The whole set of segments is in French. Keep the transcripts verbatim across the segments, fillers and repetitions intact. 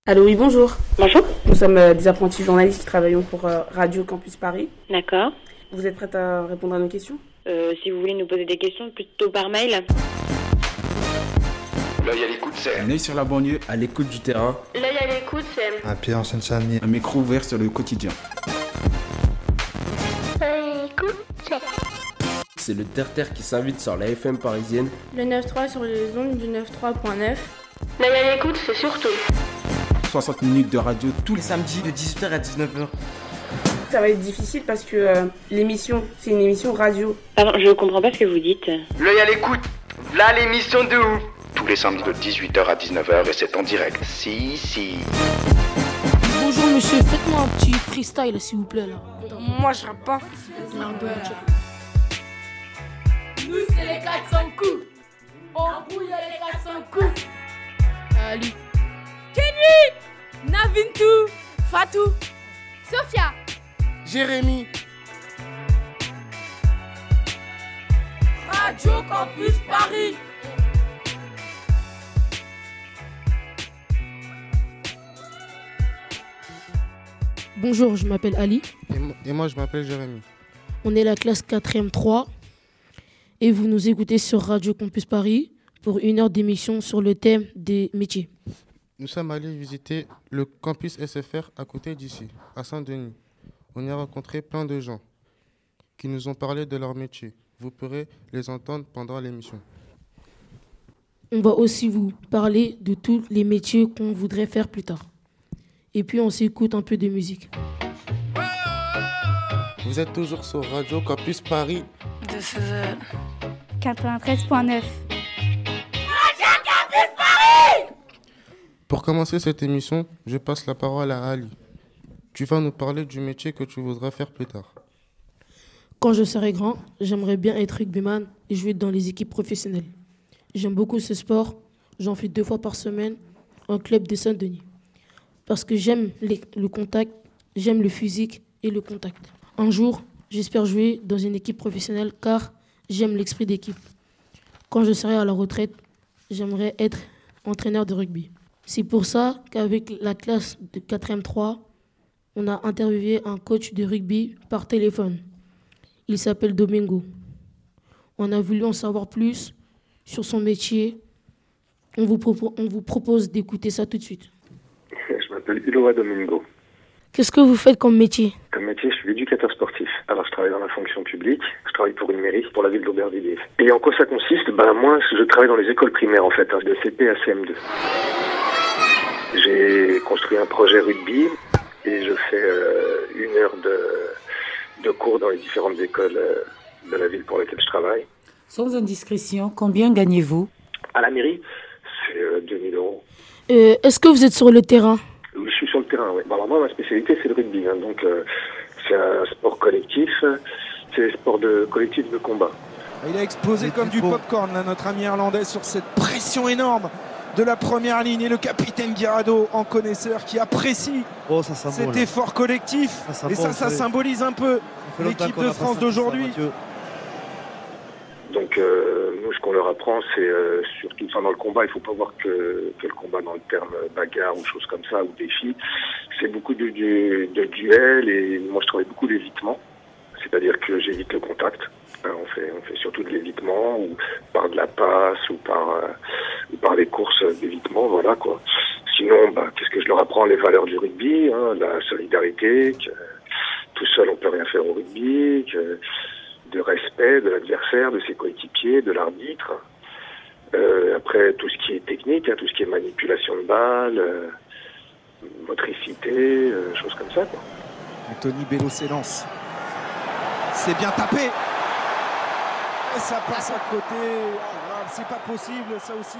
Allô, oui, bonjour. Bonjour. Nous sommes euh, des apprentis journalistes qui travaillons pour euh, Radio Campus Paris. D'accord. Vous êtes prête à répondre à nos questions? euh, Si vous voulez nous poser des questions, plutôt par mail. L'œil à l'écoute, c'est Un œil sur la banlieue, à l'écoute du terrain. L'œil à l'écoute, c'est un pied en Seine-Saint-Denis. Un micro ouvert sur le quotidien. L'œil à l'écoute, c'est C'est le terre-terre qui s'invite sur la F M parisienne. Le neuf trois sur les ondes du quatre-vingt-treize point neuf. L'œil à l'écoute, c'est surtout soixante minutes de radio tous les samedis de dix-huit heures à dix-neuf heures. Ça va être difficile parce que euh, l'émission, c'est une émission radio. Pardon, je comprends pas ce que vous dites. L'œil à l'écoute, là l'émission de ouf. Tous les samedis de dix-huit heures à dix-neuf heures et c'est en direct. Si, si. Bonjour monsieur, faites-moi un petit freestyle s'il vous plaît là. Moi je rappe pas. Nous c'est les quatre cents coups. On brouille les quatre cents coups. Ali. Kenny, Navintou, Fatou, Sophia, Jérémy. Radio Campus Paris. Bonjour, je m'appelle Ali. Et moi, et moi je m'appelle Jérémy. On est la classe quatrième trois et vous nous écoutez sur Radio Campus Paris pour une heure d'émission sur le thème des métiers. Nous sommes allés visiter le campus S F R à côté d'ici, à Saint-Denis. On y a rencontré plein de gens qui nous ont parlé de leur métier. Vous pourrez les entendre pendant l'émission. On va aussi vous parler de tous les métiers qu'on voudrait faire plus tard. Et puis on s'écoute un peu de musique. Vous êtes toujours sur Radio Campus Paris. quatre-vingt-treize point neuf. Pour commencer cette émission, je passe la parole à Ali. Tu vas nous parler du métier que tu voudrais faire plus tard. Quand je serai grand, j'aimerais bien être rugbyman et jouer dans les équipes professionnelles. J'aime beaucoup ce sport. J'en fais deux fois par semaine en club de Saint-Denis. Parce que j'aime les, le contact, j'aime le physique et le contact. Un jour, j'espère jouer dans une équipe professionnelle car j'aime l'esprit d'équipe. Quand je serai à la retraite, j'aimerais être entraîneur de rugby. C'est pour ça qu'avec la classe de quatrième trois, on a interviewé un coach de rugby par téléphone. Il s'appelle Domingo. On a voulu en savoir plus sur son métier. On vous, propo- on vous propose d'écouter ça tout de suite. Je m'appelle Iloa Domingo. Qu'est-ce que vous faites comme métier? Comme métier, je suis éducateur sportif. Alors, je travaille dans la fonction publique. Je travaille pour une mairie, pour la ville d'Aubervilliers. Et en quoi ça consiste? Ben, moi, je travaille dans les écoles primaires, en fait, hein, de C P à C M deux. J'ai construit un projet rugby et je fais euh, une heure de, de cours dans les différentes écoles euh, de la ville pour laquelle je travaille. Sans indiscrétion, combien gagnez-vous? À la mairie, c'est euh, deux mille euros. Euh, est-ce que vous êtes sur le terrain? Je suis sur le terrain, oui. Bon, alors moi, ma spécialité, c'est le rugby. Hein, donc, euh, c'est un sport collectif. C'est un sport de collectif de combat. Il a explosé comme du popcorn, là, notre ami irlandais, sur cette pression énorme de la première ligne. Et le capitaine Guirado, en connaisseur, qui apprécie oh, ça cet beau, effort collectif. Ça et ça, ça symbolise un peu l'équipe de France d'aujourd'hui. Donc, euh, nous, ce qu'on leur apprend, c'est euh, surtout, enfin, dans le combat, il ne faut pas voir que, que le combat dans le terme bagarre ou choses comme ça, ou défi. C'est beaucoup de, de, de duels, et moi, je travaille beaucoup d'évitement. C'est-à-dire que j'évite le contact. Hein, on fait, on fait surtout de l'évitement, ou par de la passe, ou par, euh, ou par des courses d'évitement, voilà, quoi. Sinon, bah, qu'est-ce que je leur apprends? Les valeurs du rugby, hein, la solidarité, que tout seul, on peut rien faire au rugby, que de respect de l'adversaire, de ses coéquipiers, de l'arbitre. Euh, après, tout ce qui est technique, hein, tout ce qui est manipulation de balles, euh, motricité, euh, choses comme ça, quoi. Anthony Bello s'élance. C'est bien tapé. Et ça passe à côté. Oh, c'est pas possible, ça aussi.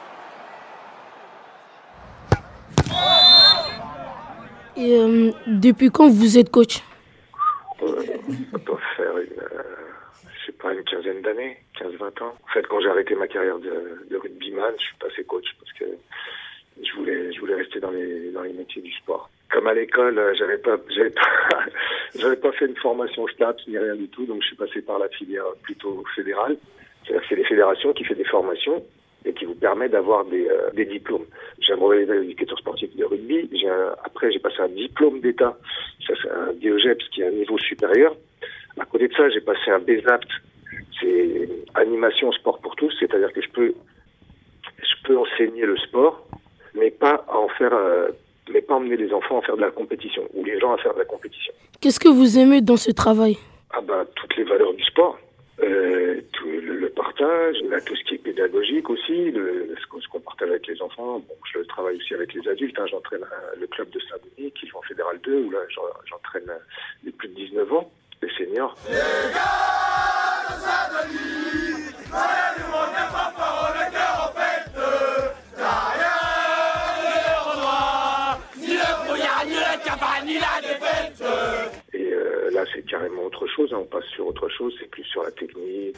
Et euh, depuis quand vous êtes coach? euh, Ça doit faire une... Euh... je sais pas, une quinzaine d'années, quinze vingt ans. En fait, quand j'ai arrêté ma carrière de, de rugbyman, je suis passé coach parce que je voulais, je voulais rester dans les, dans les métiers du sport. Comme à l'école, j'avais pas, j'avais pas, j'avais pas fait une formation STAPS ni rien du tout, donc je suis passé par la filière plutôt fédérale. C'est-à-dire que c'est les fédérations qui font des formations et qui vous permet d'avoir des, euh, des diplômes. J'ai un brevet d'éducateur sportif de rugby j'ai un, après j'ai passé un diplôme d'État, ça c'est un D E G E P S qui est un niveau supérieur. À côté de ça, j'ai passé un B E S A P T, c'est animation sport pour tous, c'est-à-dire que je peux, je peux enseigner le sport, mais pas à en faire, euh, mais pas emmener les enfants à faire de la compétition ou les gens à faire de la compétition. Qu'est-ce que vous aimez dans ce travail? Ah bah toutes les valeurs du sport, euh, tout le, le partage, là, tout ce qui est pédagogique aussi, le, ce, qu'on, ce qu'on partage avec les enfants. Bon, je travaille aussi avec les adultes. Hein, j'entraîne euh, le club de Saint-Denis qui joue en Fédéral deux, où là j'en, j'entraîne euh, les plus de dix-neuf ans, les seniors. Les gars de Saint-Denis, allez, nous, on n'est pas fort, on est cœur en fête. Derrière les Renois, ni le brouillard, ni le cavale, ni la défaite. Et euh, là, c'est carrément autre chose. Hein. On passe sur autre chose. C'est plus sur la technique.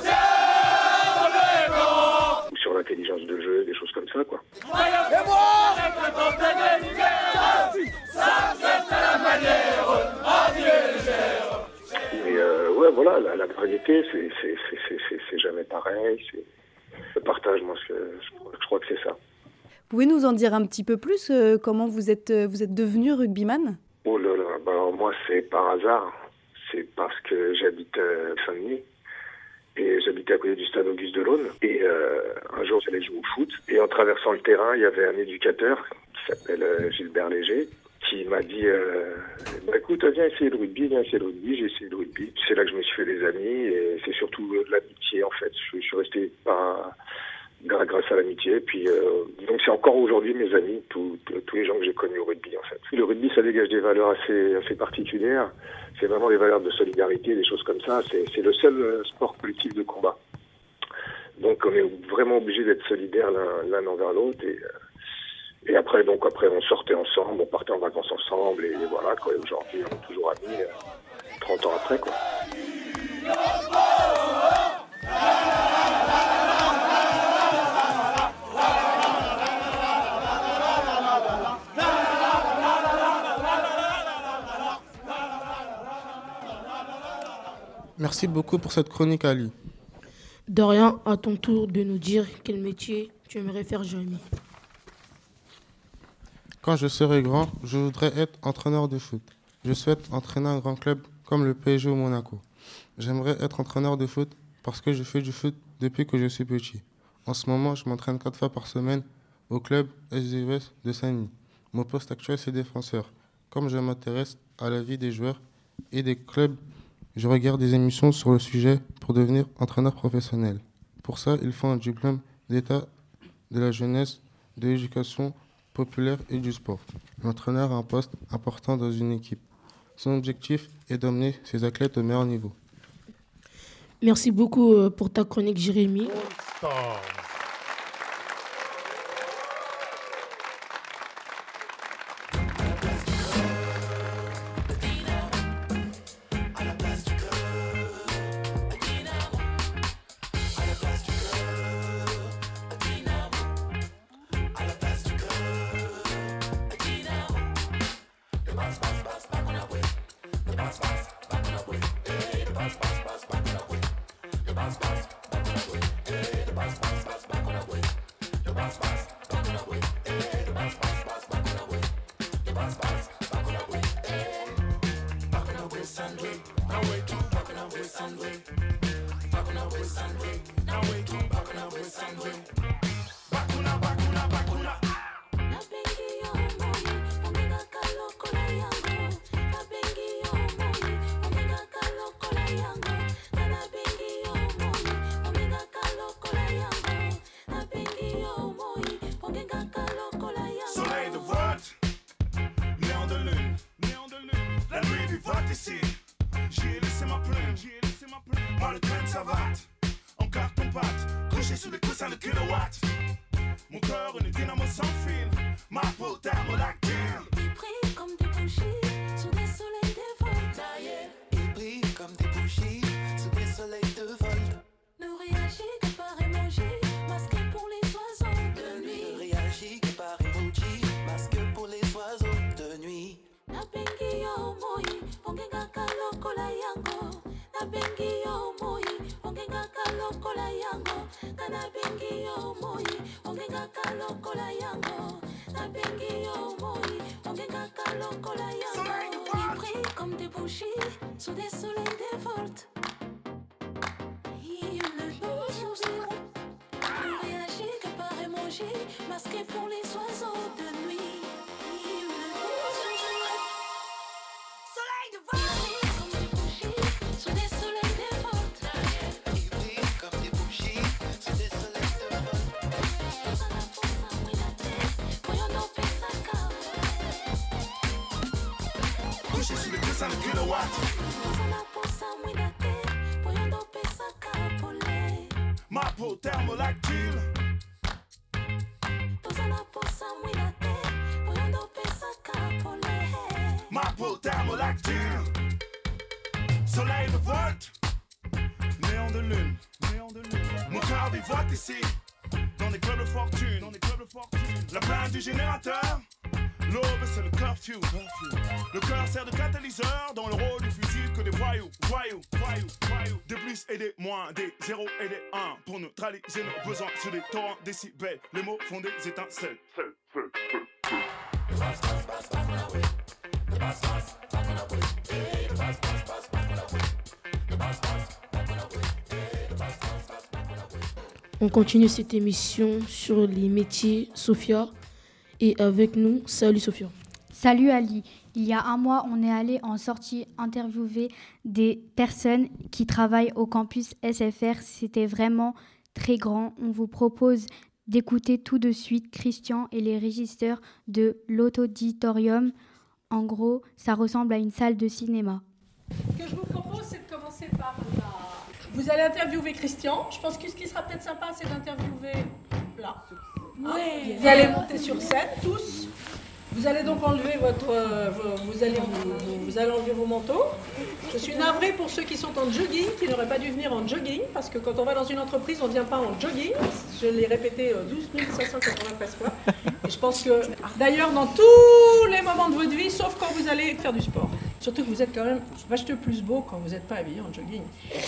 Ou sur l'intelligence de jeu, des choses comme ça, quoi. Et moi, mais euh, ouais, voilà, la, la variété, c'est, c'est, c'est, c'est, c'est, c'est jamais pareil. C'est le partage, moi, je, je crois que c'est ça. Pouvez nous en dire un petit peu plus euh, comment vous êtes, euh, vous êtes devenu rugbyman? Oh là là, bah alors moi c'est par hasard, c'est parce que j'habite à Saint-Denis et j'habitais à côté du stade Auguste Delaune et euh, un jour j'allais jouer au foot et en traversant le terrain il y avait un éducateur qui s'appelle euh, Gilbert Léger qui m'a dit euh, bah écoute viens essayer le rugby, viens essayer le rugby, j'ai essayé le rugby, c'est là que je me suis fait des amis et c'est surtout euh, l'amitié en fait, je, je suis resté par... grâce à l'amitié, puis euh, donc c'est encore aujourd'hui mes amis, tous tous les gens que j'ai connus au rugby en fait. Le rugby ça dégage des valeurs assez assez particulières, c'est vraiment des valeurs de solidarité, des choses comme ça, c'est c'est le seul sport collectif de combat. Donc on est vraiment obligé d'être solidaires l'un l'un envers l'autre et et après donc après on sortait ensemble, on partait en vacances ensemble et, et voilà quoi. Et aujourd'hui on est toujours amis trente ans après quoi. Merci beaucoup pour cette chronique, Ali. De rien, à ton tour de nous dire quel métier tu aimerais faire, Jérémy. Quand je serai grand, je voudrais être entraîneur de foot. Je souhaite entraîner un grand club comme le P S G ou Monaco. J'aimerais être entraîneur de foot parce que je fais du foot depuis que je suis petit. En ce moment, je m'entraîne quatre fois par semaine au club S D U S de Saint-Denis. Mon poste actuel, c'est défenseur. Comme je m'intéresse à la vie des joueurs et des clubs, je regarde des émissions sur le sujet pour devenir entraîneur professionnel. Pour ça, il faut un diplôme d'État de la jeunesse, de l'éducation populaire et du sport. L'entraîneur a un poste important dans une équipe. Son objectif est d'emmener ses athlètes au meilleur niveau. Merci beaucoup pour ta chronique, Jérémy. J'ai laissé ma plume, j'ai laissé ma plume. Moi le train de savate, en carton-pâte, couché sous des coussins de kilowatts. Mon corps une dynamo sans fil, ma peau thermolactile. Il brille comme des bougies sous des soleils de vol. Il brille comme des bougies sous des soleils de vol. Ne réagit que par emoji, masqué pour les oiseaux de nuit. Ne réagit que par emoji, masqué pour les oiseaux de nuit. Na bengi yo moi, ongenga kalokola yango. Na bengi yo moi, ongenga kalokola yango. Na bengi yo moi, ongenga kalokola yango. Na bengi yo moi. lokola yango. Ils brillent comme des bougies sous des soleils dévoltent. Ils le sourire, ne réagit que par émoji, masqué pour les oiseaux de nuit. Ils le sourire, soleil de vol, comme des bougies sous des soleils dévoltent. Ils brillent comme des bougies sous des soleils dévoltent. Couché sous les deux cents kilowatts. Ma peau thermolactyle. Ma peau thermolactyle. Soleil de volt. Néon de lune. Néon de lune. Mon cœur vivote ici. Dans des clubs de fortune. Dans des clubs de fortune. La plainte du générateur. L'aube c'est le curfew. Le cœur sert de catalyseur dans le rôle du fusil que des voyous, voyous, voyous, voyous. Des plus et des moins, des zéros et des un pour neutraliser nos besoins sur des torrents décibels. Les mots font des étincelles. Feu, feu, feu, feu. On continue cette émission sur les métiers, Sophia. Et avec nous, salut Sophia. Salut Ali. Il y a un mois, on est allé en sortie interviewer des personnes qui travaillent au campus S F R. C'était vraiment très grand. On vous propose d'écouter tout de suite Christian et les régisseurs de l'auditorium. En gros, ça ressemble à une salle de cinéma. Ce que je vous propose, c'est de commencer par la... Vous allez interviewer Christian. Je pense que ce qui sera peut-être sympa, c'est d'interviewer là. Oui. Vous allez monter sur scène, tous. Vous allez donc enlever votre, euh, vous, allez, vous, vous allez enlever vos manteaux. Je suis navrée pour ceux qui sont en jogging, qui n'auraient pas dû venir en jogging, parce que quand on va dans une entreprise, on ne vient pas en jogging. Je l'ai répété euh, douze mille cinq cent quatre-vingt-treize fois. Et je pense que, d'ailleurs, dans tous les moments de votre vie, sauf quand vous allez faire du sport. Surtout que vous êtes quand même vachement plus beau quand vous n'êtes pas habillé en jogging.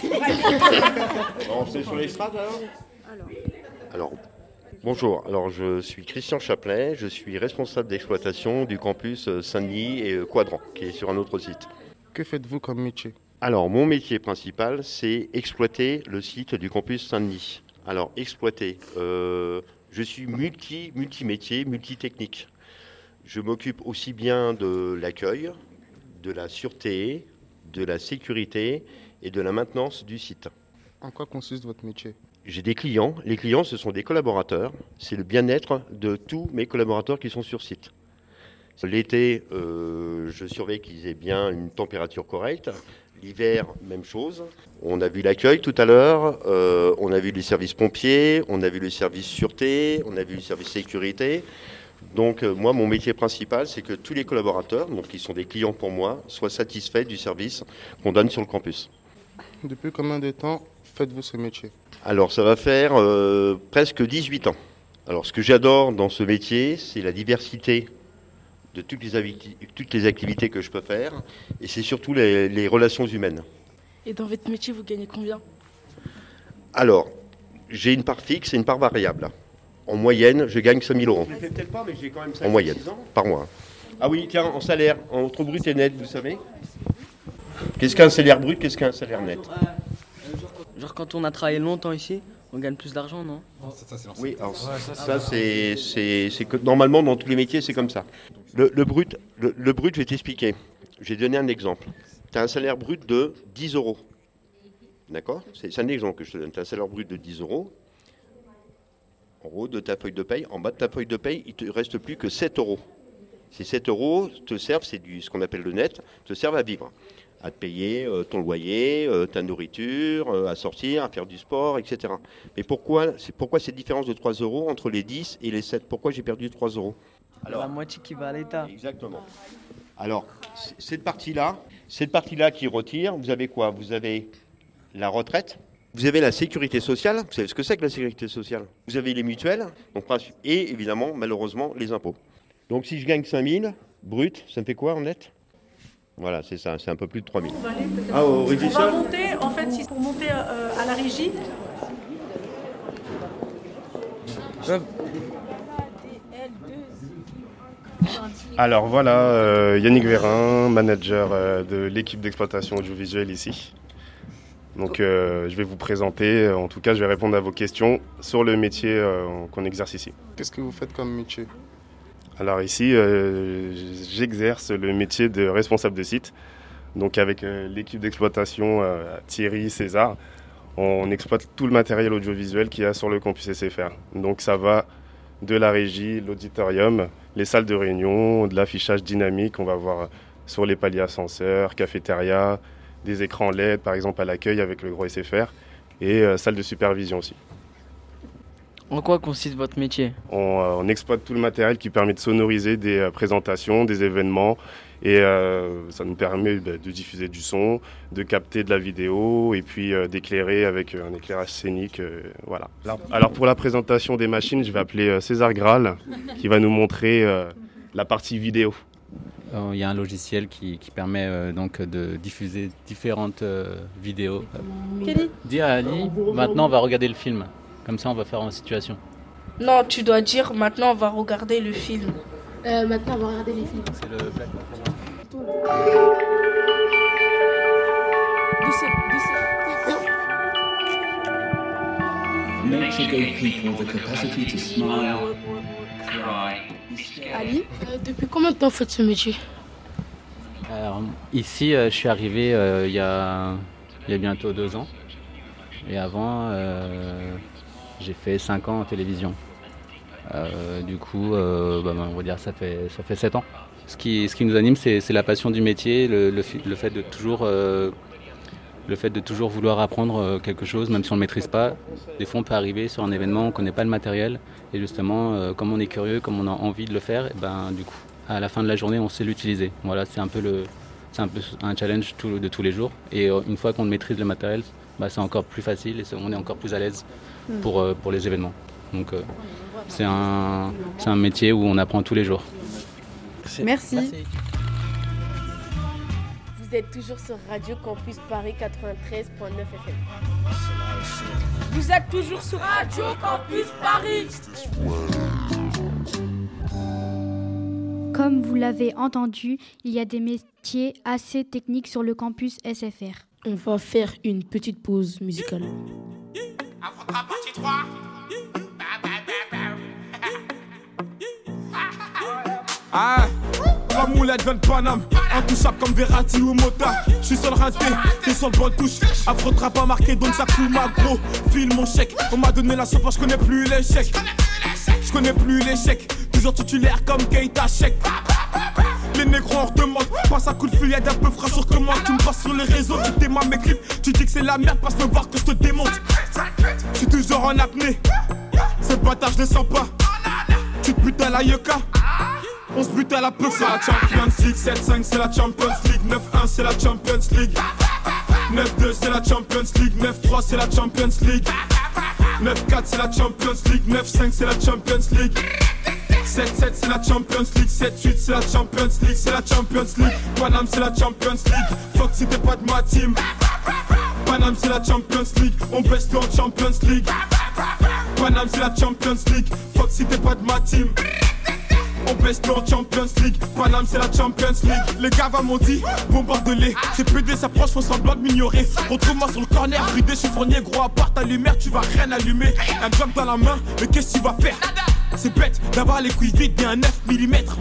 On se sur l'estrade alors Alors. Alors. Bonjour, alors je suis Christian Chaplet, je suis responsable d'exploitation du campus Saint-Denis et Quadrant, qui est sur un autre site. Que faites-vous comme métier? Alors mon métier principal, c'est exploiter le site du campus Saint-Denis. Alors exploiter, euh, je suis multi, multi-métier, multi-technique. Je m'occupe aussi bien de l'accueil, de la sûreté, de la sécurité et de la maintenance du site. En quoi consiste votre métier? J'ai des clients. Les clients, ce sont des collaborateurs. C'est le bien-être de tous mes collaborateurs qui sont sur site. L'été, euh, je surveille qu'ils aient bien une température correcte. L'hiver, même chose. On a vu l'accueil tout à l'heure. Euh, on a vu les services pompiers. On a vu les services sûreté. On a vu les services sécurité. Donc, euh, moi, mon métier principal, c'est que tous les collaborateurs, donc qui sont des clients pour moi, soient satisfaits du service qu'on donne sur le campus. Depuis combien de temps faites-vous ce métier? Alors, ça va faire euh, presque dix-huit ans. Alors, ce que j'adore dans ce métier, c'est la diversité de toutes les, avi- toutes les activités que je peux faire, et c'est surtout les, les relations humaines. Et dans votre métier, vous gagnez combien? Alors, j'ai une part fixe et une part variable. En moyenne, je gagne cinq mille euros. Je ne le fais peut-être pas, mais j'ai quand même ça. En moyenne, par mois. Ah oui, tiens, en salaire, entre brut et net, vous savez? Qu'est-ce qu'un salaire brut, qu'est-ce qu'un salaire net? Genre quand on a travaillé longtemps ici, on gagne plus d'argent, non? ça, ça, oui, alors ouais, ça, ça c'est, c'est, c'est que normalement dans tous les métiers c'est comme ça. Le, le, brut, le, le brut, je vais t'expliquer. Je vais donner un exemple. Tu as un salaire brut de dix euros. D'accord? c'est, c'est un exemple que je te donne. Tu as un salaire brut de dix euros. En haut de ta feuille de paye, en bas de ta feuille de paye, il ne te reste plus que sept euros. Ces sept euros te servent, c'est du, ce qu'on appelle le net, te servent à vivre. À te payer euh, ton loyer, euh, ta nourriture, euh, à sortir, à faire du sport, et cetera. Mais pourquoi, c'est, pourquoi cette différence de trois euros entre les dix et les sept? Pourquoi j'ai perdu trois euros? Alors, la moitié qui va à l'État. Exactement. Alors, c- cette partie-là, cette partie-là qui retire, vous avez quoi? Vous avez la retraite, vous avez la sécurité sociale. Vous savez ce que c'est que la sécurité sociale? Vous avez les mutuelles, donc, et évidemment, malheureusement, les impôts. Donc si je gagne cinq mille, brut, ça me fait quoi en net? Voilà, c'est ça, c'est un peu plus de trois mille. On va aller peut-être. Ah, au On va monter, en fait, si, pour monter euh, à la régie. Ouais. Alors voilà, euh, Yannick Vérin, manager euh, de l'équipe d'exploitation audiovisuelle ici. Donc euh, je vais vous présenter, en tout cas je vais répondre à vos questions sur le métier euh, qu'on exerce ici. Qu'est-ce que vous faites comme métier? Alors ici, euh, j'exerce le métier de responsable de site. Donc avec euh, l'équipe d'exploitation euh, Thierry, César, on exploite tout le matériel audiovisuel qu'il y a sur le campus S F R. Donc ça va de la régie, l'auditorium, les salles de réunion, de l'affichage dynamique. On va voir sur les paliers ascenseurs, cafétéria, des écrans L E D par exemple à l'accueil avec le gros S F R et euh, salle de supervision aussi. En quoi consiste votre métier? on, euh, on exploite tout le matériel qui permet de sonoriser des euh, présentations, des événements et euh, ça nous permet bah, de diffuser du son, de capter de la vidéo et puis euh, d'éclairer avec euh, un éclairage scénique. Euh, voilà. Alors, alors pour la présentation des machines, je vais appeler euh, César Graal qui va nous montrer euh, la partie vidéo. Il y a un logiciel qui, qui permet euh, donc de diffuser différentes euh, vidéos. Kelly? Dis à Ali, maintenant on va regarder le film. Comme ça on va faire en situation. Non, tu dois dire maintenant on va regarder le film. Euh, maintenant, on va regarder les films. C'est le black. Ali, euh, depuis combien de temps vous faites ce métier? Alors, ici, euh, je suis arrivé euh, il, y a, il y a bientôt deux ans. Et avant, euh, j'ai fait cinq ans en télévision. Euh, du coup, euh, bah, on va dire ça fait ça fait sept ans. Ce qui ce qui nous anime, c'est, c'est la passion du métier, le, le, le fait de toujours euh, le fait de toujours vouloir apprendre quelque chose, même si on ne le maîtrise pas. Des fois, on peut arriver sur un événement, on ne connaît pas le matériel, et justement, euh, comme on est curieux, comme on a envie de le faire, et ben du coup, à la fin de la journée, on sait l'utiliser. Voilà, c'est un peu le c'est un peu un challenge tout, de tous les jours. Et euh, une fois qu'on maîtrise le matériel, bah, c'est encore plus facile et c'est, on est encore plus à l'aise pour euh, pour les événements. Donc euh, c'est un, c'est un métier où on apprend tous les jours. Merci. Merci. Vous êtes toujours sur Radio Campus Paris quatre-vingt-treize virgule neuf F M. Vous êtes toujours sur Radio Campus Paris. Comme vous l'avez entendu, il y a des métiers assez techniques sur le campus S F R. On va faire une petite pause musicale. Partie trois. Ah, la moulette vient de Paname, intouchable comme Verratti ou Mota. J'suis sur le raté, t'es sur le bon touche. Afro trap pas marqué donc ça coule ma gros. File mon chèque, on m'a donné la sauce, j'connais plus l'échec. J'connais plus l'échec, toujours titulaire comme Keita Sheik. Les négros on redemande, passe un coup de fil, y'a d'un peu frais sur commande. Tu me passes sur les réseaux, tu démarres mes clips. Tu dis que c'est la merde, passe me voir que je te démonte. J'suis toujours en apnée, ces bâtards je les sens pas. Tu te butes à la yucca. On se bute à la peu, c'est la Champions League. Sept cinq c'est la Champions League. Neuf un c'est la Champions League. Neuf deux c'est la Champions League. Neuf trois c'est la Champions League. Neuf quatre c'est la Champions League. Neuf cinq c'est la Champions League. Sept sept c'est la Champions League. Sept huit c'est la Champions League. C'est la Champions League. Paname c'est la Champions League. Fuck si t'es pas de ma team. Paname c'est la Champions League. On baisse tout en Champions League. Paname c'est la Champions League. Fuck si t'es pas de ma team. On baisse tout en Champions League. Paname c'est la Champions League. Les gars m'ont dit bombarde-les. C'est P D s'approche, font semblant de m'ignorer. Retrouve-moi sur le corner, bridé, chiffonnier. Gros à part ta lumière, tu vas rien allumer. Un job dans la main, mais qu'est-ce que tu vas faire? C'est bête d'avoir les couilles vides bien un neuf millimètres.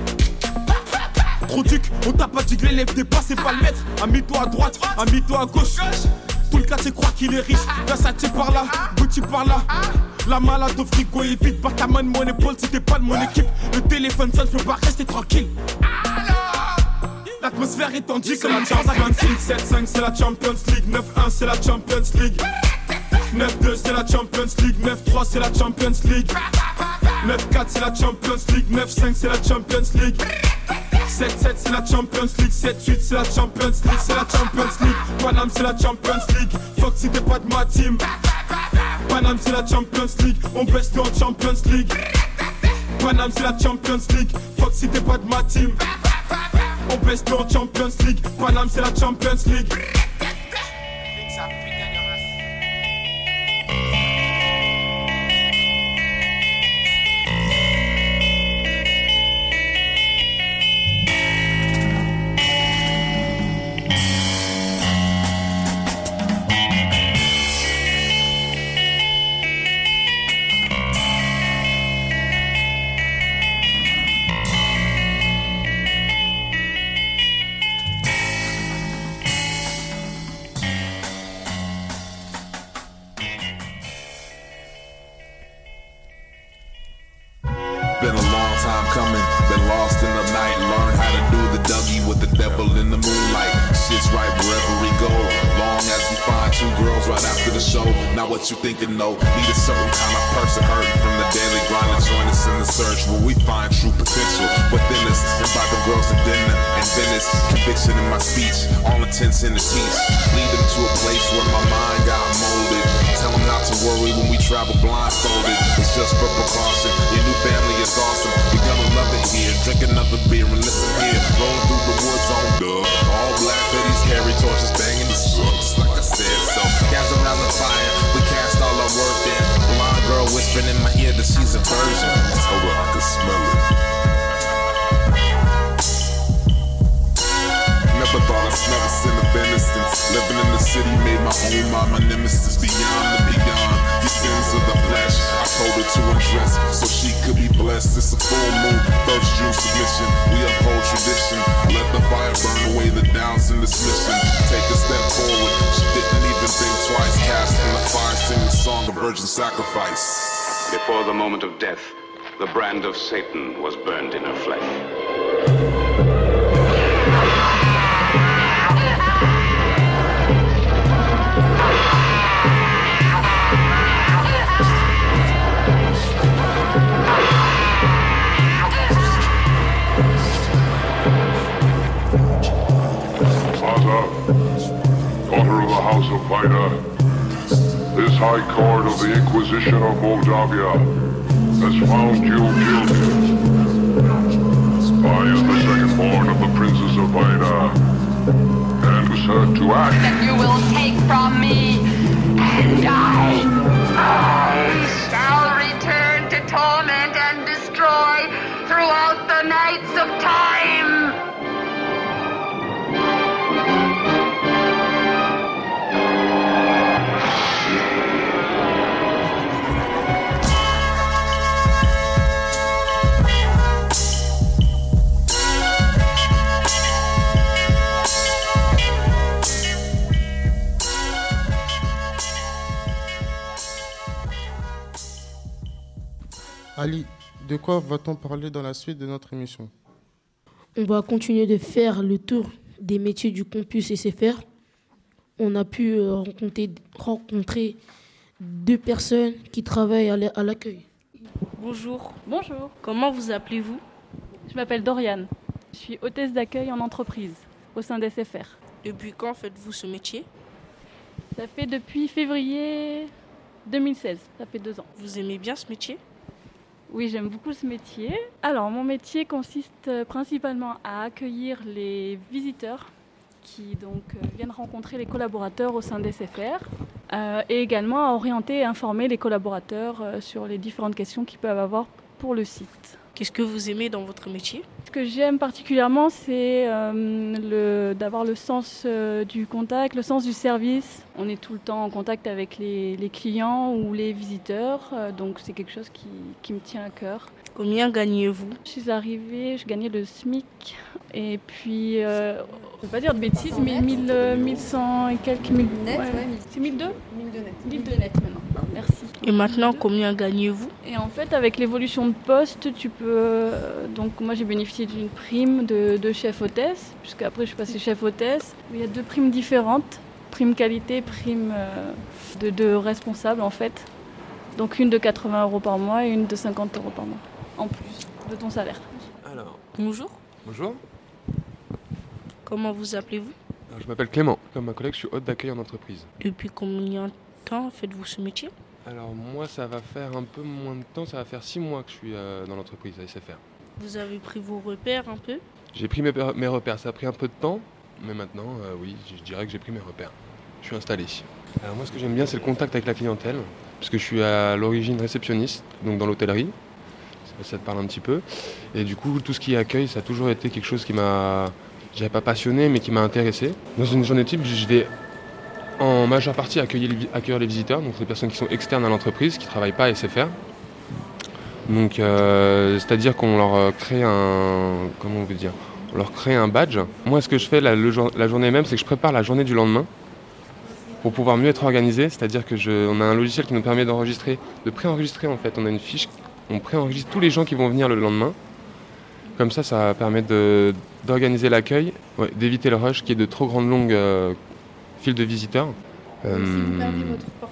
Trop duc, on t'a pas dit que l'élève des pas, c'est pas le maître. Amie-toi à droite, amie-toi à gauche. Tout le quartier croit qu'il est riche. Versace par là, Gucci par là. La malade au frigo est vide, par ta main de mon épaule si t'es pas de mon équipe. Le téléphone sonne, je peux pas rester tranquille. L'atmosphère est tendue comme la Champions League. Sept cinq c'est la Champions League. Neuf un c'est la Champions League. Neuf deux c'est la Champions League. Neuf trois c'est la Champions League. Neuf quatre c'est la Champions League. Neuf cinq c'est la Champions League. Sept sept c'est la Champions League. Sept huit c'est la Champions League. C'est la Champions League. Paname c'est la Champions League. Fuck si t'es pas de ma team. Paname c'est la Champions League. On baisse tout en Champions League. Paname c'est la Champions League. Fuck si t'es pas de ma team. On baisse tout en Champions League. Paname c'est la Champions League. show. Not what you thinking, no. Need a certain kind of person hurting from the daily grind and join us in the search where we find true potential within us. Invite the girls to dinner and Venice. Conviction in my speech, all intents in the piece. Lead them to a place where my mind got molded. Tell them not to worry when we travel blindfolded. It's just for precaution. Your new family is awesome. You're gonna love it here. Drink another beer and listen here. Rolling through the woods on dub. All black hoodies carry torches, banging the sucks. Like I said, so gather around the fire. We cast all our work in. Blonde girl whispering in my ear that she's a virgin. Tell her I can smell it. Never thought I'd smell a sin of innocence. Living in the city made my own mind my nemesis. Beyond the beyond, these sins of the flesh. I told her to undress so she could be blessed. It's a full moon, first June submission. We uphold tradition. Let the fire burn away the doubts in this mission. Take a step forward. She didn't even think twice. Cast in the fire, sing the song of virgin sacrifice. Before the moment of death, the brand of Satan was burned in her flesh. Daughter of the House of Vida, this High Court of the Inquisition of Moldavia has found you guilty. I am the second born of the Princes of Vida, and was heard to act. That you will take from me, and I, I shall return to torment and destroy throughout the nights of time. Ali, de quoi va-t-on parler dans la suite de notre émission? On va continuer de faire le tour des métiers du campus S F R. On a pu euh, rencontrer, rencontrer deux personnes qui travaillent à la- à l'accueil. Bonjour. Bonjour. Comment vous appelez-vous? Je m'appelle Doriane. Je suis hôtesse d'accueil en entreprise au sein d'S F R. Depuis quand faites-vous ce métier? Ça fait depuis février deux mille seize. Ça fait deux ans. Vous aimez bien ce métier? Oui, j'aime beaucoup ce métier. Alors, mon métier consiste euh, principalement à accueillir les visiteurs qui donc euh, viennent rencontrer les collaborateurs au sein d'S F R euh, et également à orienter et informer les collaborateurs euh, sur les différentes questions qu'ils peuvent avoir pour le site. Qu'est-ce que vous aimez dans votre métier? Ce que j'aime particulièrement, c'est euh, le- d'avoir le sens euh, du contact, le sens du service. On est tout le temps en contact avec les, les clients ou les visiteurs, euh, donc c'est quelque chose qui, qui me tient à cœur. Combien gagnez-vous? Je suis arrivée, je gagnais le SMIC et puis, euh, je ne veux pas dire de bêtises, mais mille, euh, mille cent et quelques mille. Net, ouais, C'est mille deux mille deux net. mille deux net maintenant. Merci. Et maintenant, combien gagnez-vous? Et en fait, avec l'évolution de poste, tu peux. euh, donc, moi, j'ai bénéficié d'une prime de, de chef hôtesse, puisqu'après, je suis passée chef hôtesse. Il y a deux primes différentes, prime qualité, prime euh, de, de responsable, en fait. Donc, une de quatre-vingts euros par mois et une de cinquante euros par mois, en plus de ton salaire. Alors, bonjour. Bonjour, Comment vous appelez-vous? alors, je m'appelle Clément. Comme ma collègue, je suis hôte d'accueil en entreprise. Depuis combien de temps faites-vous ce métier? Alors moi, ça va faire un peu moins de temps, ça va faire six mois que je suis euh, dans l'entreprise à S F R. Vous avez pris vos repères un peu? J'ai pris mes, mes repères, ça a pris un peu de temps, mais maintenant, euh, oui, je dirais que j'ai pris mes repères. Je suis installé. Alors moi, ce que j'aime bien, c'est le contact avec la clientèle, parce que je suis à l'origine réceptionniste, donc dans l'hôtellerie. Ça te parle un petit peu. Et du coup, tout ce qui est accueil, ça a toujours été quelque chose qui m'a, je dirais pas passionné, mais qui m'a intéressé. Dans une journée type, je vais en majeure partie accueillir les, accueillir les visiteurs, donc les personnes qui sont externes à l'entreprise, qui ne travaillent pas à S F R. Donc, euh, c'est-à-dire qu'on leur crée un, comment on veut dire, on leur crée un badge. Moi, ce que je fais la, le, la journée même, c'est que je prépare la journée du lendemain pour pouvoir mieux être organisé. C'est-à-dire que je, on a un logiciel qui nous permet d'enregistrer, de pré-enregistrer en fait. On a une fiche, on pré-enregistre tous les gens qui vont venir le lendemain. Comme ça, ça permet de, d'organiser l'accueil, ouais, d'éviter le rush qui est de trop grandes longues euh, files de visiteurs. Si vous perdez votre portable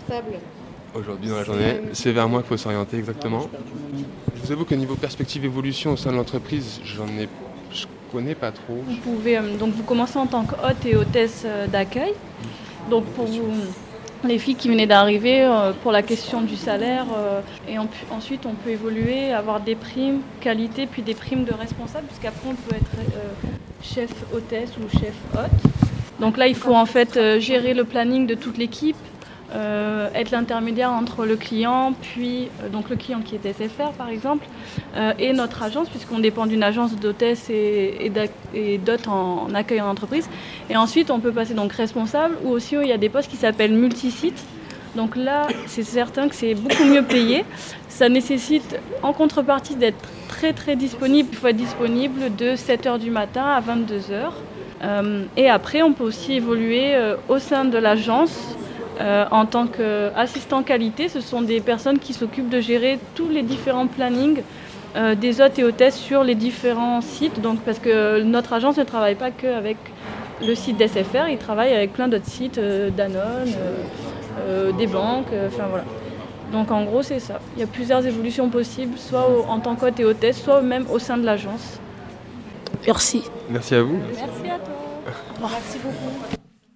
stable. Aujourd'hui dans la journée, c'est vers moi qu'il faut s'orienter exactement. Je vous avoue que niveau perspective évolution au sein de l'entreprise, j'en ai, je connais pas trop. Vous pouvez euh, donc vous commencez en tant qu'hôte et hôtesse euh, d'accueil. Donc pour vous, les filles qui venaient d'arriver, euh, pour la question du salaire, euh, et en, ensuite on peut évoluer, avoir des primes qualité, puis des primes de responsable, puisqu'après on peut être euh, chef hôtesse ou chef hôte. Donc là il faut en fait euh, gérer le planning de toute l'équipe. Euh, être l'intermédiaire entre le client, puis euh, donc le client qui est S F R par exemple, euh, et notre agence, puisqu'on dépend d'une agence d'hôtesse et, et, et d'hôtes en, en accueil en entreprise. Et ensuite, on peut passer donc responsable, ou aussi il y a des postes qui s'appellent multisites. Donc là, c'est certain que c'est beaucoup mieux payé. Ça nécessite en contrepartie d'être très très disponible. Il faut être disponible de sept heures du matin à vingt-deux heures. Euh, et après, on peut aussi évoluer euh, au sein de l'agence. Euh, en tant qu'assistant qualité, ce sont des personnes qui s'occupent de gérer tous les différents plannings euh, des hôtes et hôtesses sur les différents sites. Donc, parce que notre agence ne travaille pas qu'avec le site d'S F R, il travaille avec plein d'autres sites, euh, Danone, euh, euh, des banques, enfin euh, voilà. Donc en gros c'est ça. Il y a plusieurs évolutions possibles, soit au, en tant qu'hôte et hôtesse, soit même au sein de l'agence. Merci. Merci à vous. Merci à toi. Merci beaucoup.